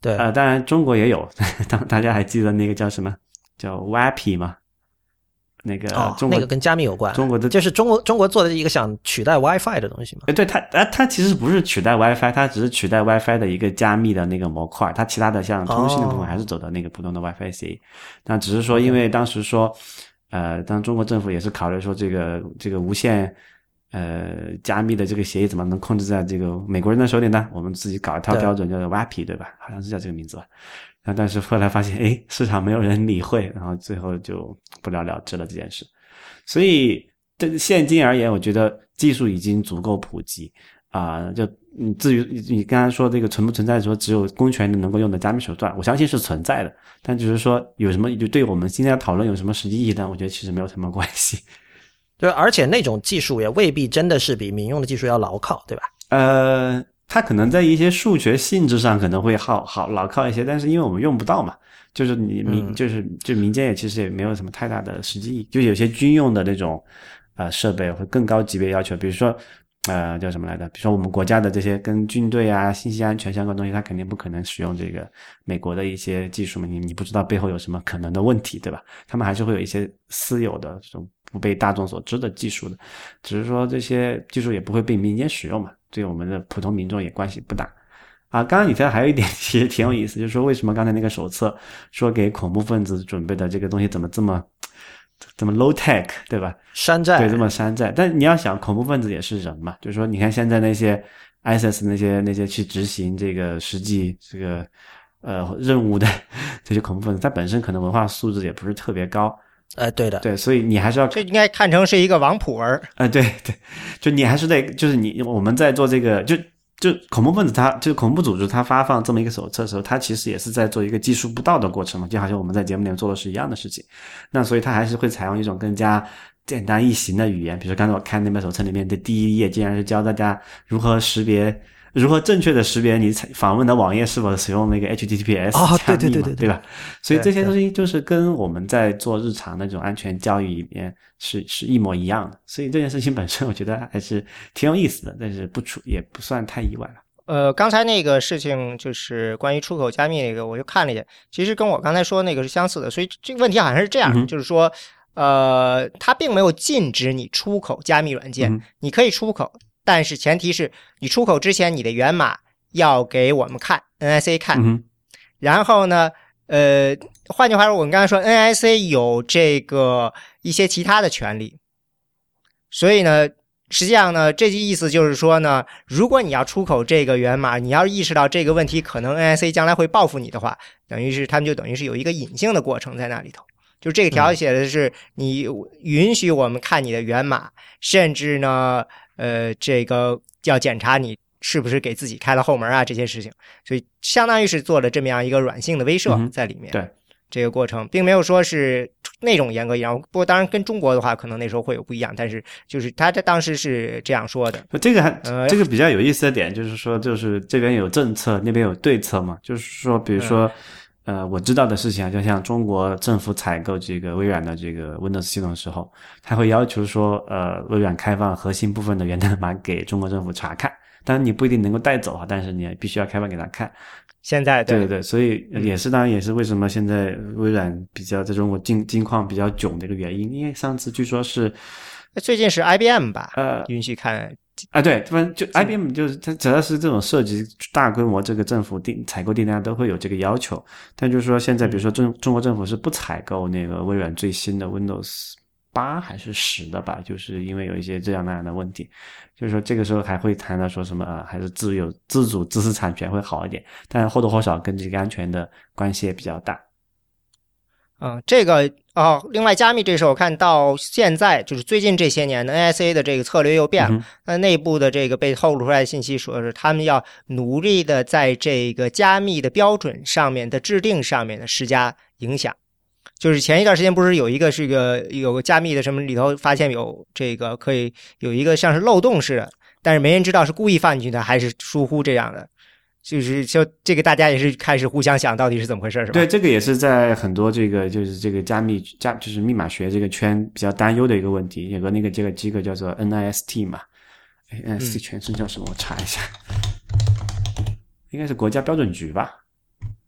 [SPEAKER 1] 对，
[SPEAKER 2] 呃，当然中国也有，当大家还记得那个叫什么叫 W A P 吗？那个
[SPEAKER 1] 哦，
[SPEAKER 2] 中国、
[SPEAKER 1] 那个跟加密有关，
[SPEAKER 2] 中国的
[SPEAKER 1] 就是中国中国做的一个想取代 WiFi 的东西嘛。
[SPEAKER 2] 哎，对它，它它其实不是取代 WiFi， 它只是取代 WiFi 的一个加密的那个模块，它其他的像通信的部分还是走的那个普通的 WiFi 协议。那只是说，因为当时说，呃，当中国政府也是考虑说这个这个无线呃加密的这个协议怎么能控制在这个美国人的手里呢？我们自己搞一套标准叫做 W A P I， 对吧？好像是叫这个名字吧。那但是后来发现，哎，市场没有人理会，然后最后就不了了之了这件事。所以，这现今而言，我觉得技术已经足够普及啊、呃。就你至于你刚才说这个存不存在说只有公权力能够用的加密手段，我相信是存在的。但就是说有什么就对我们今天讨论有什么实际意义呢？我觉得其实没有什么关系。
[SPEAKER 1] 对，而且那种技术也未必真的是比民用的技术要牢靠，对吧？
[SPEAKER 2] 呃。它可能在一些数学性质上可能会好好牢靠一些，但是因为我们用不到嘛，就是你民、嗯、就是就民间也其实也没有什么太大的实际意义，就有些军用的那种呃设备会更高级别要求，比如说呃叫什么来着？比如说我们国家的这些跟军队啊、信息安全相关的东西，它肯定不可能使用这个美国的一些技术嘛，你你不知道背后有什么可能的问题，对吧？他们还是会有一些私有的这种不被大众所知的技术的，只是说这些技术也不会被民间使用嘛。对我们的普通民众也关系不大啊。刚刚你提到还有一点其实挺有意思，就是说为什么刚才那个手册说给恐怖分子准备的这个东西怎么这么这么 low tech， 对吧？
[SPEAKER 1] 山寨，
[SPEAKER 2] 对，这么山寨。但你要想，恐怖分子也是人嘛，就是说你看现在那些 I S I S 那些那些去执行这个实际这个呃任务的这些恐怖分子，他本身可能文化素质也不是特别高。
[SPEAKER 1] 哎，对的，
[SPEAKER 2] 对，所以你还是要
[SPEAKER 3] 这应该看成是一个王普文。
[SPEAKER 2] 呃，对对，就你还是得，就是你我们在做这个，就就恐怖分子他，就恐怖组织他发放这么一个手册的时候，他其实也是在做一个技术布道的过程嘛，就好像我们在节目里面做的是一样的事情。那所以他还是会采用一种更加简单易行的语言，比如说刚才我看那本手册里面的第一页，竟然是教大家如何识别。如何正确的识别你访问的网页是否使用那个 H T T P S
[SPEAKER 1] 哦，
[SPEAKER 2] 加密嘛，
[SPEAKER 1] 对对对对
[SPEAKER 2] 对吧？所以这些东西就是跟我们在做日常的这种安全教育里面是是一模一样的。所以这件事情本身我觉得还是挺有意思的，但是不出也不算太意外了。
[SPEAKER 3] 呃，刚才那个事情就是关于出口加密那个，我就看了一眼，其实跟我刚才说那个是相似的。所以这个问题好像是这样，嗯、就是说，呃，它并没有禁止你出口加密软件，嗯、你可以出口。但是前提是你出口之前你的源码要给我们看 N I C 看、
[SPEAKER 2] 嗯、
[SPEAKER 3] 然后呢呃，换句话说我们刚才说 N I C 有这个一些其他的权利，所以呢实际上呢这意思就是说呢，如果你要出口这个源码，你要意识到这个问题可能 N I C 将来会报复你的话，等于是他们就等于是有一个隐性的过程在那里头，就这个条写的是你允许我们看你的源码，甚至呢呃，这个要检查你是不是给自己开了后门啊，这些事情，所以相当于是做了这么样一个软性的威慑在里面。
[SPEAKER 2] 嗯、对，
[SPEAKER 3] 这个过程并没有说是那种严格一样，不过当然跟中国的话，可能那时候会有不一样，但是就是他这当时是这样说的。
[SPEAKER 2] 这个还、呃、这个比较有意思的点就是说，就是这边有政策，那边有对策嘛，就是说，比如说。嗯呃，我知道的事情啊，就像中国政府采购这个微软的这个 Windows 系统的时候，他会要求说，呃，微软开放核心部分的源代码给中国政府查看，当然你不一定能够带走啊，但是你必须要开放给他看。
[SPEAKER 3] 现在对
[SPEAKER 2] 对对对，所以也是，当然也是为什么现在微软比较在中国境境况比较囧的一个原因，因为上次据说是
[SPEAKER 3] 最近是 I B M 吧，
[SPEAKER 2] 呃，
[SPEAKER 3] 允许看。
[SPEAKER 2] 啊，对，反正就 I B M 就是它只要是这种涉及大规模这个政府订采购订单都会有这个要求，但就是说现在比如说中中国政府是不采购那个微软最新的 Windows 八还是十的吧，就是因为有一些这样那样的问题，就是说这个时候还会谈到说什么啊，还是自有自主知识产权会好一点，但或多或少跟这个安全的关系也比较大。
[SPEAKER 3] 嗯，这个哦，另外加密这事我看到现在就是最近这些年的 N I C 的这个策略又变了，那、嗯、内部的这个被透露出来的信息说是他们要努力的在这个加密的标准上面的制定上面的施加影响。就是前一段时间不是有一个是个有个加密的什么里头发现有这个可以有一个像是漏洞似的，但是没人知道是故意放进去的还是疏忽这样的。就是就这个大家也是开始互相想到底是怎么回事是吧？
[SPEAKER 2] 对，这个也是在很多这个就是这个加密加就是密码学这个圈比较担忧的一个问题。有个那个这个机构叫做 N I S T 嘛 ，N I S T 全称叫什么？我查一下，应该是国家标准局吧？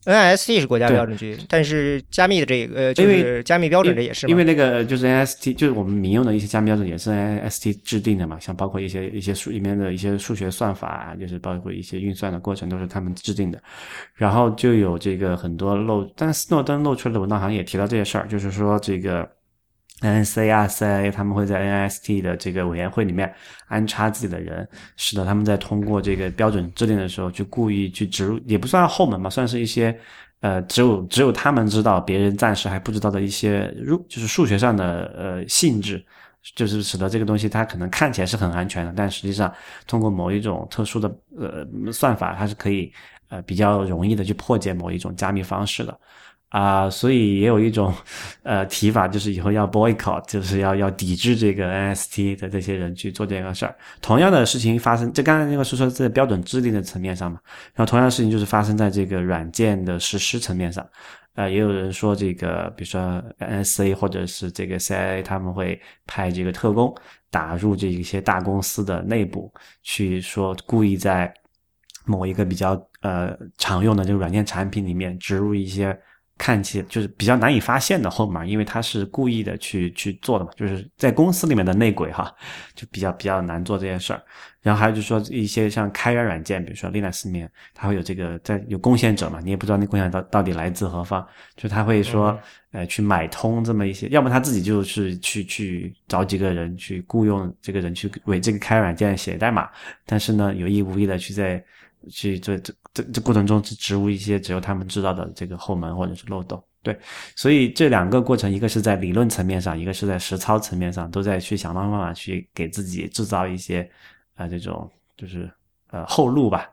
[SPEAKER 3] N I S T 是国家标准局，但是加密的这个呃，就是加密标准这也是吗？
[SPEAKER 2] 因为那个就是 N I S T， 就是我们民用的一些加密标准也是 N I S T 制定的嘛，像包括一些一些数里面的一些数学算法啊，就是包括一些运算的过程都是他们制定的。然后就有这个很多漏，但是斯诺登漏出来的文档好像也提到这些事儿，就是说这个 N S A 啊 C I A 他们会在 N I S T 的这个委员会里面安插自己的人，使得他们在通过这个标准制定的时候，就故意去植入，也不算后门吧，算是一些呃只有只有他们知道，别人暂时还不知道的一些入就是数学上的呃性质，就是使得这个东西它可能看起来是很安全的，但实际上通过某一种特殊的呃算法，它是可以呃比较容易的去破解某一种加密方式的。啊、呃，所以也有一种呃提法，就是以后要 boycott， 就是要要抵制这个 N I S T 的这些人去做这个事儿。同样的事情发生，这刚才那个是说在标准制定的层面上嘛，然后同样的事情就是发生在这个软件的实施层面上。呃，也有人说这个，比如说 N S A 或者是这个 C I A， 他们会派这个特工打入这一些大公司的内部，去说故意在某一个比较呃常用的这个软件产品里面植入一些看起就是比较难以发现的后门，因为他是故意的去去做的嘛，就是在公司里面的内鬼哈，就比较比较难做这件事儿。然后还有就是说一些像开源软件，比如说 Linux 里面，它会有这个在有贡献者嘛，你也不知道那贡献者到到底来自何方，就他会说、嗯、呃去买通这么一些，要么他自己就是去去找几个人去雇佣这个人去为这个开源软件写代码，但是呢有意无意的去在去这这这这过程中去植入一些只有他们知道的这个后门或者是漏洞。对，所以这两个过程，一个是在理论层面上，一个是在实操层面上，都在去想办法去给自己制造一些呃这种就是呃后路吧。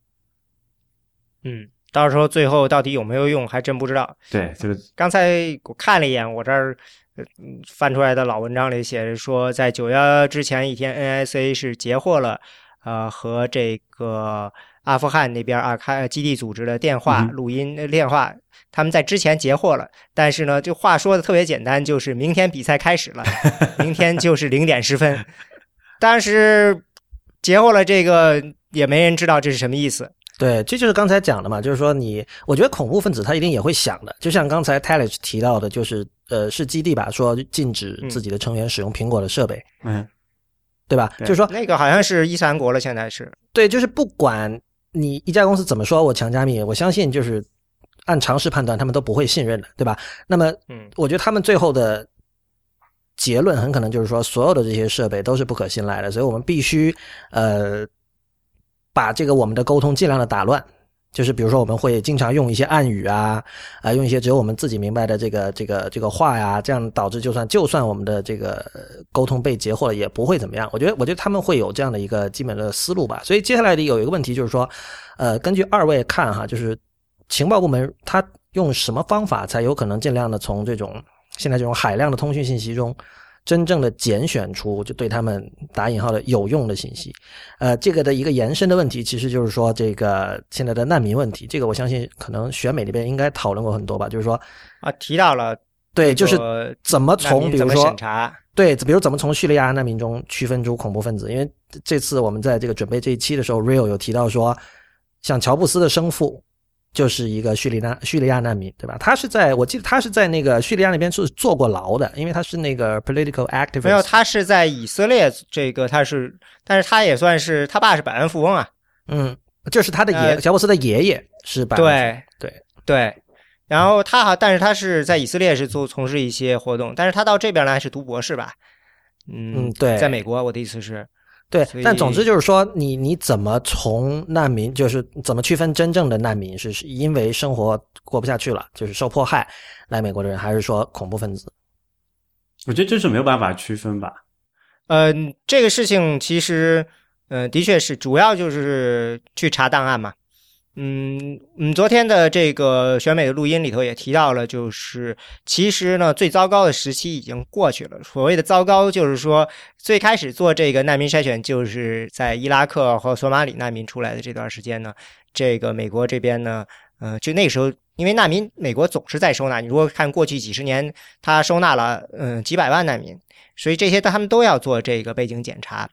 [SPEAKER 3] 嗯，到时候最后到底有没有用还真不知道。
[SPEAKER 2] 对，这个
[SPEAKER 3] 刚才我看了一眼我这儿翻出来的老文章里写着说，在九幺幺之前一天 N S A 是截获了呃和这个阿富汗那边啊开基地组织的电话、嗯、录音电话，他们在之前截获了，但是呢这话说的特别简单，就是明天比赛开始了明天就是零点十分，当时截获了这个也没人知道这是什么意思。
[SPEAKER 1] 对，这就是刚才讲的嘛，就是说你，我觉得恐怖分子他一定也会想的，就像刚才 Talich 提到的，就是呃是基地吧，说禁止自己的成员使用苹果的设备，
[SPEAKER 2] 嗯，
[SPEAKER 1] 对吧？
[SPEAKER 3] 对，
[SPEAKER 1] 就是说
[SPEAKER 3] 那个好像是伊斯兰国了，现在是
[SPEAKER 1] 对，就是不管你一家公司怎么说我强加密，我相信就是按常识判断，他们都不会信任的，对吧？那么，嗯，我觉得他们最后的结论很可能就是说，所有的这些设备都是不可信赖的，所以我们必须呃。把这个我们的沟通尽量的打乱，就是比如说我们会经常用一些暗语啊，呃，用一些只有我们自己明白的这个这个这个话呀，这样导致就算就算我们的这个沟通被截获了，也不会怎么样。我觉得我觉得他们会有这样的一个基本的思路吧。所以接下来的有一个问题就是说，呃，根据二位看哈，就是情报部门他用什么方法才有可能尽量的从这种现在这种海量的通讯信息中。真正的拣选出就对他们打引号的有用的信息，呃，这个的一个延伸的问题，其实就是说这个现在的难民问题，这个我相信可能选美那边应该讨论过很多吧，就是说
[SPEAKER 3] 啊提到了，
[SPEAKER 1] 对，就是怎么从比如说
[SPEAKER 3] 审查，
[SPEAKER 1] 对，比如怎么从叙利亚难民中区分出恐怖分子，因为这次我们在这个准备这一期的时候 ，Real 有提到说，像乔布斯的生父。就是一个叙利亚叙利亚难民，对吧？他是在我记得他是在那个叙利亚那边是坐过牢的，因为他是那个 political activist。
[SPEAKER 3] 没有，他是在以色列，这个他是，但是他也算是他爸是百万富翁啊。
[SPEAKER 1] 嗯，就是他的爷，呃、乔布斯的爷爷是百万富翁。对对对。
[SPEAKER 3] 然后他好，但是他是在以色列是做从事一些活动，但是他到这边来是读博士吧？嗯
[SPEAKER 1] 嗯，对，
[SPEAKER 3] 在美国，我的意思是。
[SPEAKER 1] 对，但总之就是说，你你怎么从难民，就是怎么区分真正的难民是是因为生活过不下去了，就是受迫害来美国的人，还是说恐怖分子？
[SPEAKER 2] 我觉得这是没有办法区分吧。
[SPEAKER 3] 呃，这个事情其实，呃，的确是主要就是去查档案嘛。嗯嗯，昨天的这个选美的录音里头也提到了，就是其实呢，最糟糕的时期已经过去了。所谓的糟糕，就是说最开始做这个难民筛选，就是在伊拉克和索马里难民出来的这段时间呢，这个美国这边呢，呃，就那时候因为难民，美国总是在收纳。你如果看过去几十年，他收纳了嗯、呃、几百万难民，所以这些他们都要做这个背景检查。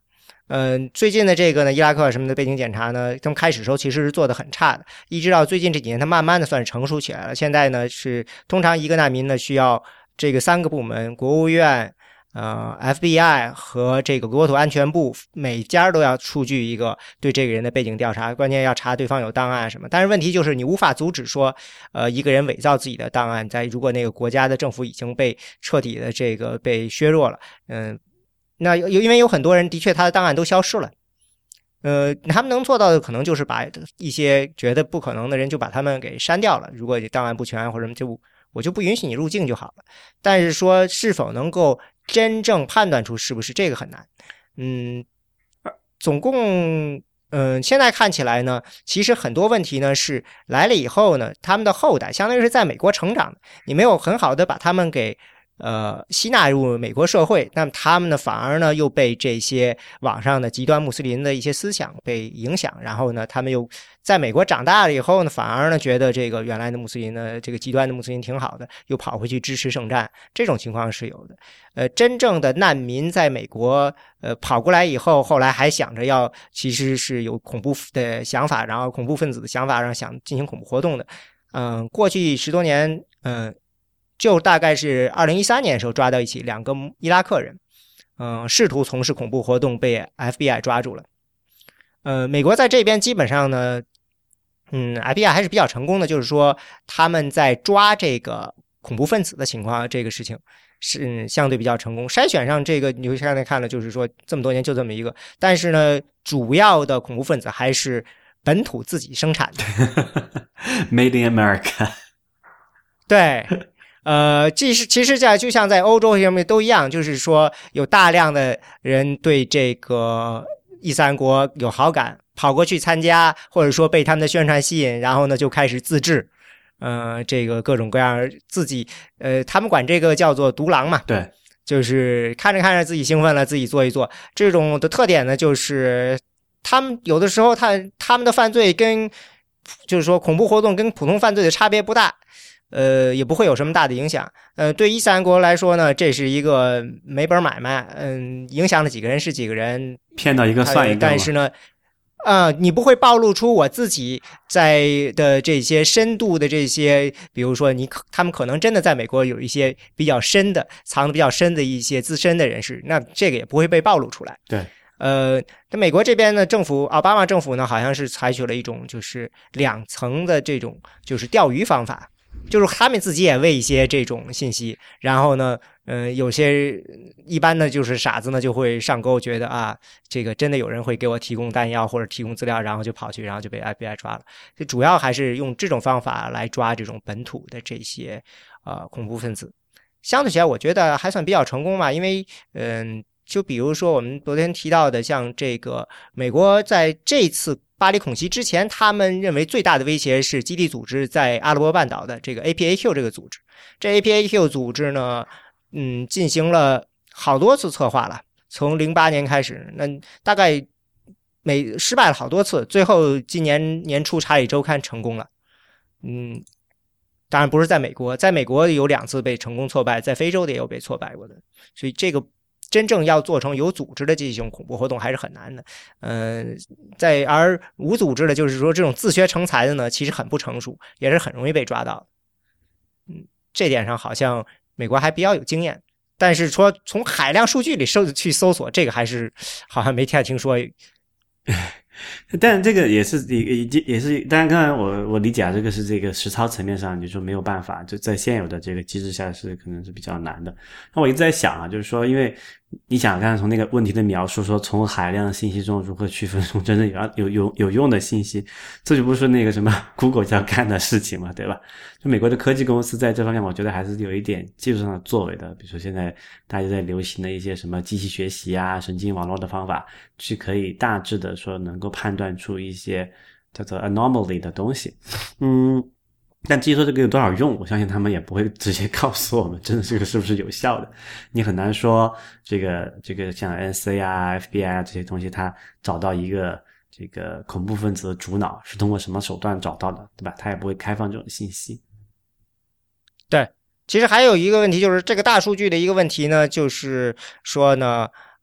[SPEAKER 3] 嗯、呃，最近的这个呢，伊拉克什么的背景检查呢，他们开始时候其实是做的很差的，一直到最近这几年，它慢慢的算是成熟起来了。现在呢，是通常一个难民呢需要这个三个部门，国务院、呃 F B I 和这个国土安全部，每家都要出具一个对这个人的背景调查，关键要查对方有档案什么。但是问题就是你无法阻止说，呃，一个人伪造自己的档案，在如果那个国家的政府已经被彻底的这个被削弱了，嗯、呃。那有因为有很多人的确他的档案都消失了，呃，他们能做到的可能就是把一些觉得不可能的人就把他们给删掉了。如果你档案不全或者什么，就我就不允许你入境就好了。但是说是否能够真正判断出是不是这个很难。嗯，总共嗯、呃，现在看起来呢，其实很多问题呢是来了以后呢，他们的后代相当于是在美国成长的，你没有很好的把他们给。呃，吸纳入美国社会，那么他们呢，反而呢又被这些网上的极端穆斯林的一些思想被影响，然后呢，他们又在美国长大了以后呢，反而呢觉得这个原来的穆斯林呢，这个极端的穆斯林挺好的，又跑回去支持圣战，这种情况是有的。呃，真正的难民在美国呃跑过来以后，后来还想着要其实是有恐怖的想法，然后恐怖分子的想法，然后想进行恐怖活动的。嗯、呃，过去十多年，嗯、呃。就大概是二零一三年的时候抓到一起两个伊拉克人，嗯、呃，试图从事恐怖活动被 F B I 抓住了。呃，美国在这边基本上呢，嗯 ，F B I 还是比较成功的，就是说他们在抓这个恐怖分子的情况，这个事情是、嗯、相对比较成功。筛选上这个你会刚才看了，就是说这么多年就这么一个，但是呢，主要的恐怖分子还是本土自己生产的
[SPEAKER 2] ，Made in America。
[SPEAKER 3] 对。呃，其实其实在就像在欧洲什么都一样，就是说有大量的人对这个伊斯兰国有好感，跑过去参加，或者说被他们的宣传吸引，然后呢就开始自制，呃，这个各种各样自己，呃，他们管这个叫做独狼嘛，
[SPEAKER 2] 对，
[SPEAKER 3] 就是看着看着自己兴奋了，自己做一做。这种的特点呢，就是他们有的时候他他们的犯罪跟就是说恐怖活动跟普通犯罪的差别不大。呃，也不会有什么大的影响。呃，对伊斯兰国来说呢，这是一个没本买卖。嗯，影响了几个人是几个人，
[SPEAKER 2] 骗到一个算一个。
[SPEAKER 3] 但是呢，呃，你不会暴露出我自己在的这些深度的这些，比如说你他们可能真的在美国有一些比较深的、藏的比较深的一些资深的人士，那这个也不会被暴露出来。
[SPEAKER 2] 对。
[SPEAKER 3] 呃，那美国这边呢，政府奥巴马政府呢，好像是采取了一种就是两层的这种就是钓鱼方法。就是他们自己也喂一些这种信息，然后呢，嗯、呃，有些一般呢就是傻子呢就会上钩，觉得啊，这个真的有人会给我提供弹药或者提供资料，然后就跑去，然后就被 F B I 抓了。就主要还是用这种方法来抓这种本土的这些呃恐怖分子。相对起来，我觉得还算比较成功吧，因为嗯、呃，就比如说我们昨天提到的，像这个美国在这次巴黎恐袭之前，他们认为最大的威胁是基地组织在阿拉伯半岛的这个 A P A Q 这个组织。这 A P A Q 组织呢，嗯，进行了好多次策划了，从零八年开始，那大概每失败了好多次，最后今年年初查理周刊成功了。嗯，当然不是在美国，在美国有两次被成功挫败，在非洲的也有被挫败过的，所以这个。真正要做成有组织的这种恐怖活动还是很难的，嗯、呃，在而无组织的，就是说这种自学成才的呢，其实很不成熟，也是很容易被抓到。嗯，这点上好像美国还比较有经验，但是说从海量数据里搜去搜索，这个还是好像没太听说。
[SPEAKER 2] 但这个也是也也是，当然刚才我我理解啊，这个是这个实操层面上，你就说没有办法，就在现有的这个机制下是可能是比较难的。那我一直在想啊，就是说，因为你想刚才从那个问题的描述说，从海量的信息中如何区分出真正有有有有用的信息，这就不是那个什么 Google 要干的事情嘛，对吧？就美国的科技公司在这方面，我觉得还是有一点技术上的作为的，比如说现在大家在流行的一些什么机器学习啊、神经网络的方法，去可以大致的说能够判断出一些叫做 anomaly 的东西，嗯。但至于说这个有多少用，我相信他们也不会直接告诉我们真的这个是不是有效的。你很难说这个这个像 N S A 啊 F B I 啊这些东西，它找到一个这个恐怖分子的主脑是通过什么手段找到的，对吧？它也不会开放这种信息。
[SPEAKER 3] 对，其实还有一个问题，就是这个大数据的一个问题呢，就是说呢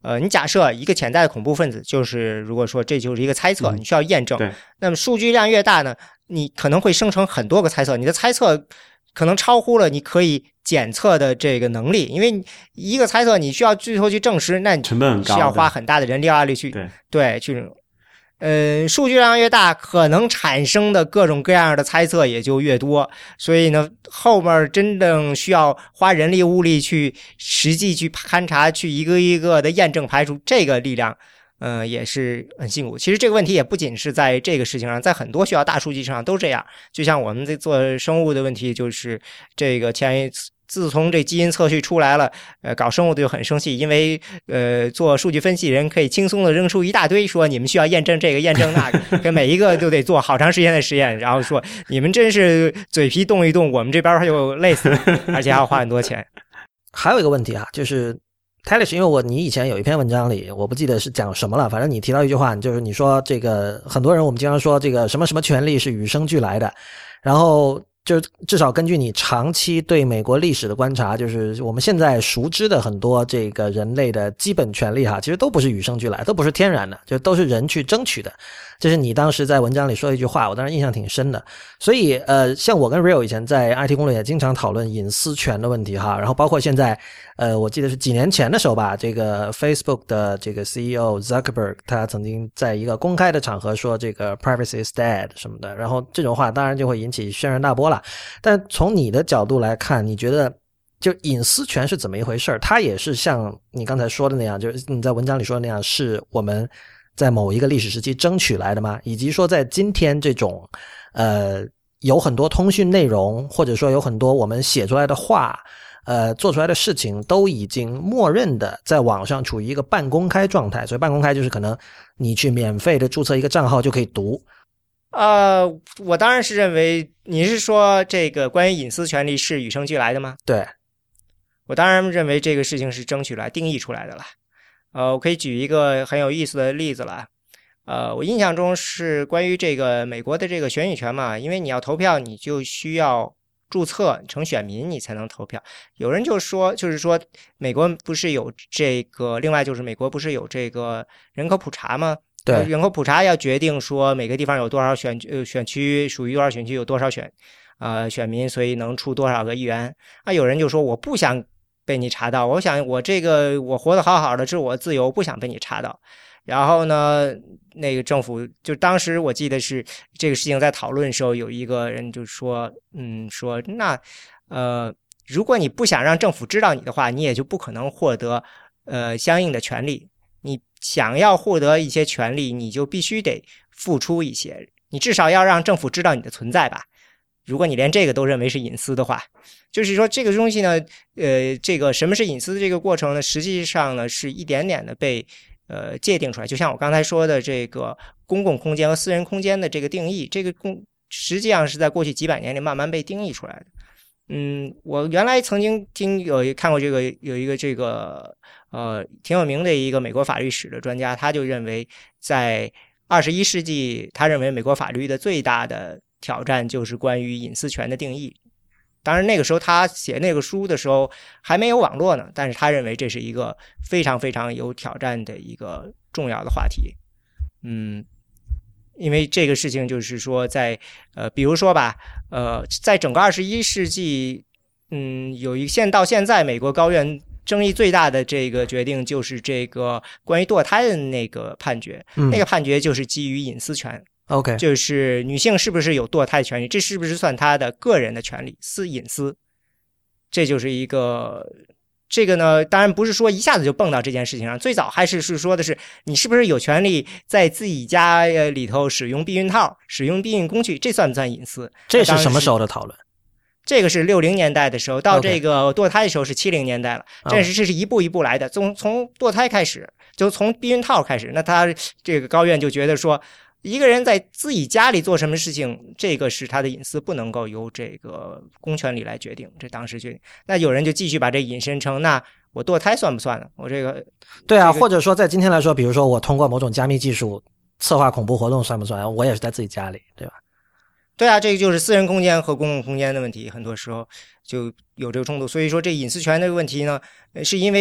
[SPEAKER 3] 呃，你假设一个潜在的恐怖分子，就是如果说这就是一个猜测，
[SPEAKER 2] 嗯、
[SPEAKER 3] 你需要验证，那么数据量越大呢，你可能会生成很多个猜测，你的猜测可能超乎了你可以检测的这个能力，因为一个猜测你需要最后去证实，那你
[SPEAKER 2] 成本很高，
[SPEAKER 3] 需要花很大的人力压力去
[SPEAKER 2] 对
[SPEAKER 3] 对去。呃，数据量越大，可能产生的各种各样的猜测也就越多，所以呢，后面真正需要花人力物力去实际去勘察、去一个一个的验证排除，这个力量，呃，也是很辛苦。其实这个问题也不仅是在这个事情上，在很多需要大数据上都这样。就像我们在做生物的问题，就是这个前一次。自从这基因测序出来了，呃，搞生物的就很生气，因为呃，做数据分析人可以轻松的扔出一大堆，说你们需要验证这个验证那个，跟每一个都得做好长时间的实验，然后说你们真是嘴皮动一动，我们这边就累死了，而且还要花很多钱。
[SPEAKER 1] 还有一个问题啊，就是 Talish， 因为我你以前有一篇文章里，我不记得是讲什么了，反正你提到一句话，就是你说这个很多人我们经常说这个什么什么权利是与生俱来的，然后。就至少根据你长期对美国历史的观察，就是我们现在熟知的很多这个人类的基本权利哈，其实都不是与生俱来，都不是天然的，就都是人去争取的。这是你当时在文章里说的一句话，我当时印象挺深的。所以呃，像我跟 Rio 以前在 I T 公论也经常讨论隐私权的问题哈，然后包括现在呃，我记得是几年前的时候吧，这个 Facebook 的这个 C E O Zuckerberg 他曾经在一个公开的场合说这个 privacy is dead 什么的，然后这种话当然就会引起轩然大波了。但从你的角度来看，你觉得就隐私权是怎么一回事？它也是像你刚才说的那样，就是你在文章里说的那样，是我们在某一个历史时期争取来的吗？以及说在今天这种呃有很多通讯内容，或者说有很多我们写出来的话呃做出来的事情都已经默认的在网上处于一个半公开状态，所以半公开就是可能你去免费的注册一个账号就可以读。
[SPEAKER 3] 呃，我当然是认为你是说这个关于隐私权利是与生俱来的吗？
[SPEAKER 1] 对，
[SPEAKER 3] 我当然认为这个事情是争取来定义出来的了。呃，我可以举一个很有意思的例子了。呃，我印象中是关于这个美国的这个选举权嘛，因为你要投票，你就需要注册成选民，你才能投票。有人就说，就是说美国不是有这个，另外就是美国不是有这个人口普查吗？
[SPEAKER 1] 对，
[SPEAKER 3] 人口普查要决定说每个地方有多少选呃选区，属于多少选区有多少选呃选民，所以能出多少个议员。啊，有人就说我不想被你查到，我想我这个我活得好好的，这是我自由，不想被你查到。然后呢，那个政府就当时我记得是这个事情在讨论的时候，有一个人就说，嗯，说那呃，如果你不想让政府知道你的话，你也就不可能获得呃相应的权利。你想要获得一些权利，你就必须得付出一些，你至少要让政府知道你的存在吧。如果你连这个都认为是隐私的话，就是说这个东西呢，呃，这个什么是隐私的这个过程呢，实际上呢是一点点的被呃界定出来。就像我刚才说的这个公共空间和私人空间的这个定义，这个公实际上是在过去几百年里慢慢被定义出来的。嗯，我原来曾经听有看过这个有一个这个呃挺有名的一个美国法律史的专家，他就认为在二十一世纪，他认为美国法律的最大的挑战就是关于隐私权的定义。当然那个时候他写那个书的时候还没有网络呢，但是他认为这是一个非常非常有挑战的一个重要的话题。嗯。因为这个事情就是说在呃比如说吧呃在整个二十一世纪嗯有一现到现在美国高院争议最大的这个决定就是这个关于堕胎的那个判决、嗯、那个判决就是基于隐私权
[SPEAKER 1] OK
[SPEAKER 3] 就是女性是不是有堕胎权利，这是不是算她的个人的权利私隐私，这就是一个这个呢，当然不是说一下子就蹦到这件事情上，最早还是是说的是你是不是有权利在自己家里头使用避孕套、使用避孕工具，这算不算隐私？
[SPEAKER 1] 这是什么时候的讨论？
[SPEAKER 3] 这个是六零年代的时候，到这个堕胎的时候是七零年代了。这是这是一步一步来的，从从堕胎开始，就从避孕套开始。那他这个高院就觉得说，一个人在自己家里做什么事情，这个是他的隐私，不能够由这个公权力来决定。这当时决定，那有人就继续把这引申成，那我堕胎算不算呢？我这个
[SPEAKER 1] 对啊、
[SPEAKER 3] 这个，
[SPEAKER 1] 或者说在今天来说，比如说我通过某种加密技术策划恐怖活动算不算？我也是在自己家里，对吧？
[SPEAKER 3] 对啊，这个就是私人空间和公共空间的问题，很多时候就有这个冲突。所以说，这隐私权的问题呢，是因为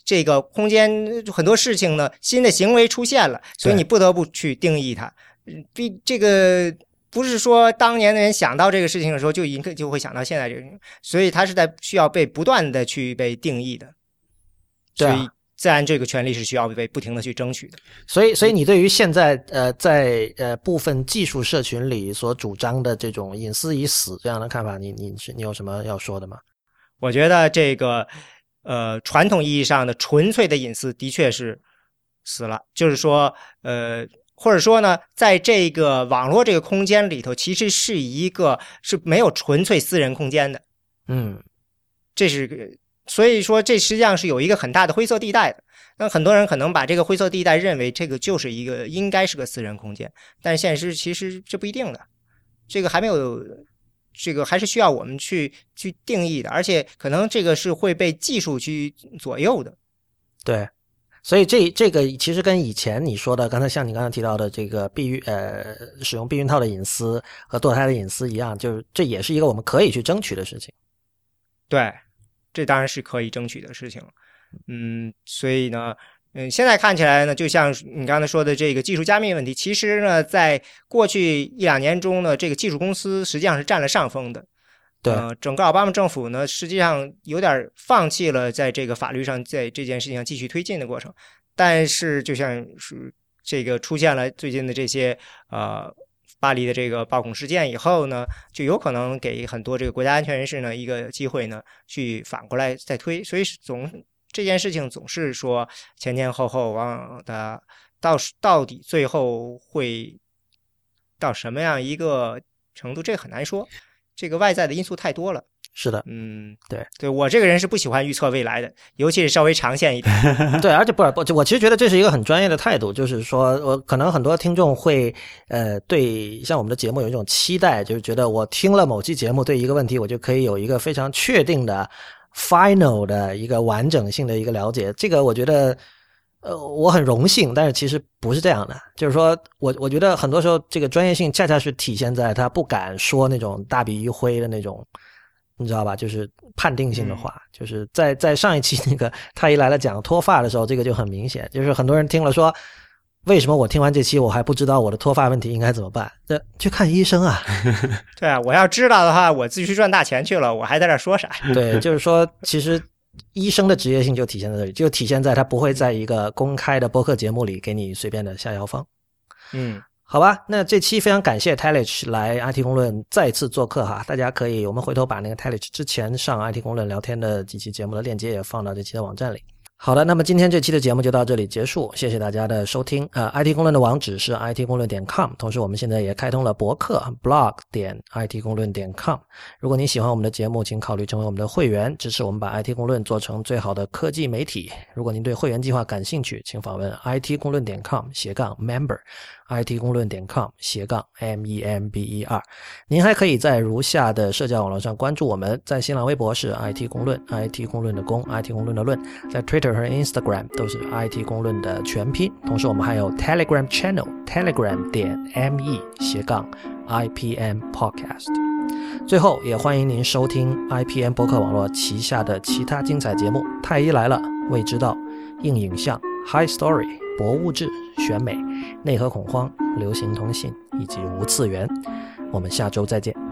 [SPEAKER 3] 这个空间很多事情呢，新的行为出现了，所以你不得不去定义它。比这个不是说当年的人想到这个事情的时候就应该就会想到现在这个事情，所以它是在需要被不断的去被定义的。
[SPEAKER 1] 对啊，
[SPEAKER 3] 所以自然这个权利是需要被不停的去争取的。
[SPEAKER 1] 所以，所以你对于现在呃在呃部分技术社群里所主张的这种隐私已死这样的看法，你你是你有什么要说的吗？
[SPEAKER 3] 我觉得这个呃传统意义上的纯粹的隐私的确是死了，就是说呃或者说呢，在这个网络这个空间里头，其实是一个是没有纯粹私人空间的。
[SPEAKER 1] 嗯，
[SPEAKER 3] 这是所以说这实际上是有一个很大的灰色地带的。那很多人可能把这个灰色地带认为这个就是一个应该是个私人空间，但现实其实这不一定的，这个还没有，这个还是需要我们去去定义的，而且可能这个是会被技术去左右的。
[SPEAKER 1] 对，所以这这个其实跟以前你说的，刚才像你刚才提到的这个避孕呃使用避孕套的隐私和堕胎的隐私一样，就是这也是一个我们可以去争取的事情。
[SPEAKER 3] 对，这当然是可以争取的事情。嗯，所以呢，嗯，现在看起来呢，就像你刚才说的这个技术加密问题，其实呢，在过去一两年中呢，这个技术公司实际上是占了上风的。
[SPEAKER 1] 对，
[SPEAKER 3] 呃，整个奥巴马政府呢，实际上有点放弃了在这个法律上在这件事情上继续推进的过程。但是，就像是这个出现了最近的这些呃巴黎的这个暴恐事件以后呢，就有可能给很多这个国家安全人士呢一个机会呢，去反过来再推。所以总这件事情总是说前前后后往的，到到底最后会到什么样一个程度，这很难说。这个外在的因素太多了。
[SPEAKER 1] 是的，
[SPEAKER 3] 嗯，
[SPEAKER 1] 对，
[SPEAKER 3] 对我这个人是不喜欢预测未来的，尤其是稍微长线一点。
[SPEAKER 1] 对，而且不不，我其实觉得这是一个很专业的态度，就是说，我可能很多听众会呃对像我们的节目有一种期待，就是觉得我听了某期节目，对一个问题我就可以有一个非常确定的 final 的一个完整性的一个了解。这个我觉得呃我很荣幸，但是其实不是这样的。就是说我我觉得很多时候这个专业性恰恰是体现在他不敢说那种大笔一挥的那种。你知道吧？就是判定性的话，嗯、就是在在上一期那个他一来了讲脱发的时候，这个就很明显，就是很多人听了说，为什么我听完这期我还不知道我的脱发问题应该怎么办？这去看医生啊！
[SPEAKER 3] 对啊，我要知道的话，我自己去赚大钱去了，我还在这说啥？
[SPEAKER 1] 对，就是说，其实医生的职业性就体现在这里，就体现在他不会在一个公开的播客节目里给你随便的下药方。
[SPEAKER 3] 嗯。
[SPEAKER 1] 好吧，那这期非常感谢 Telich 来 I T 公论再次做客哈，大家可以我们回头把那个 Telich 之前上 I T 公论聊天的几期节目的链接也放到这期的网站里。好的，那么今天这期的节目就到这里结束，谢谢大家的收听。呃 ，I T 公论的网址是 I T 公论点 com， 同时我们现在也开通了博客 blog 点 I T 公论点 com。如果你喜欢我们的节目，请考虑成为我们的会员，支持我们把 I T 公论做成最好的科技媒体。如果您对会员计划感兴趣，请访问 I T 公论点 com 斜杠 member。I T 公论点 com 斜杠 M E M B E R。 您还可以在如下的社交网络上关注我们，在新浪微博是 I T 公论 I T 公论的公 I T 公论的论，在 Twitter 和 Instagram 都是 I T 公论的全拼，同时我们还有 Telegram Channel telegram 点 me 斜杠 I P M Podcast。 最后也欢迎您收听 I P M 播客网络旗下的其他精彩节目，太医来了、未知道、硬影像、High Story、博物志、选美、内核恐慌、流行通信以及无次元。我们下周再见。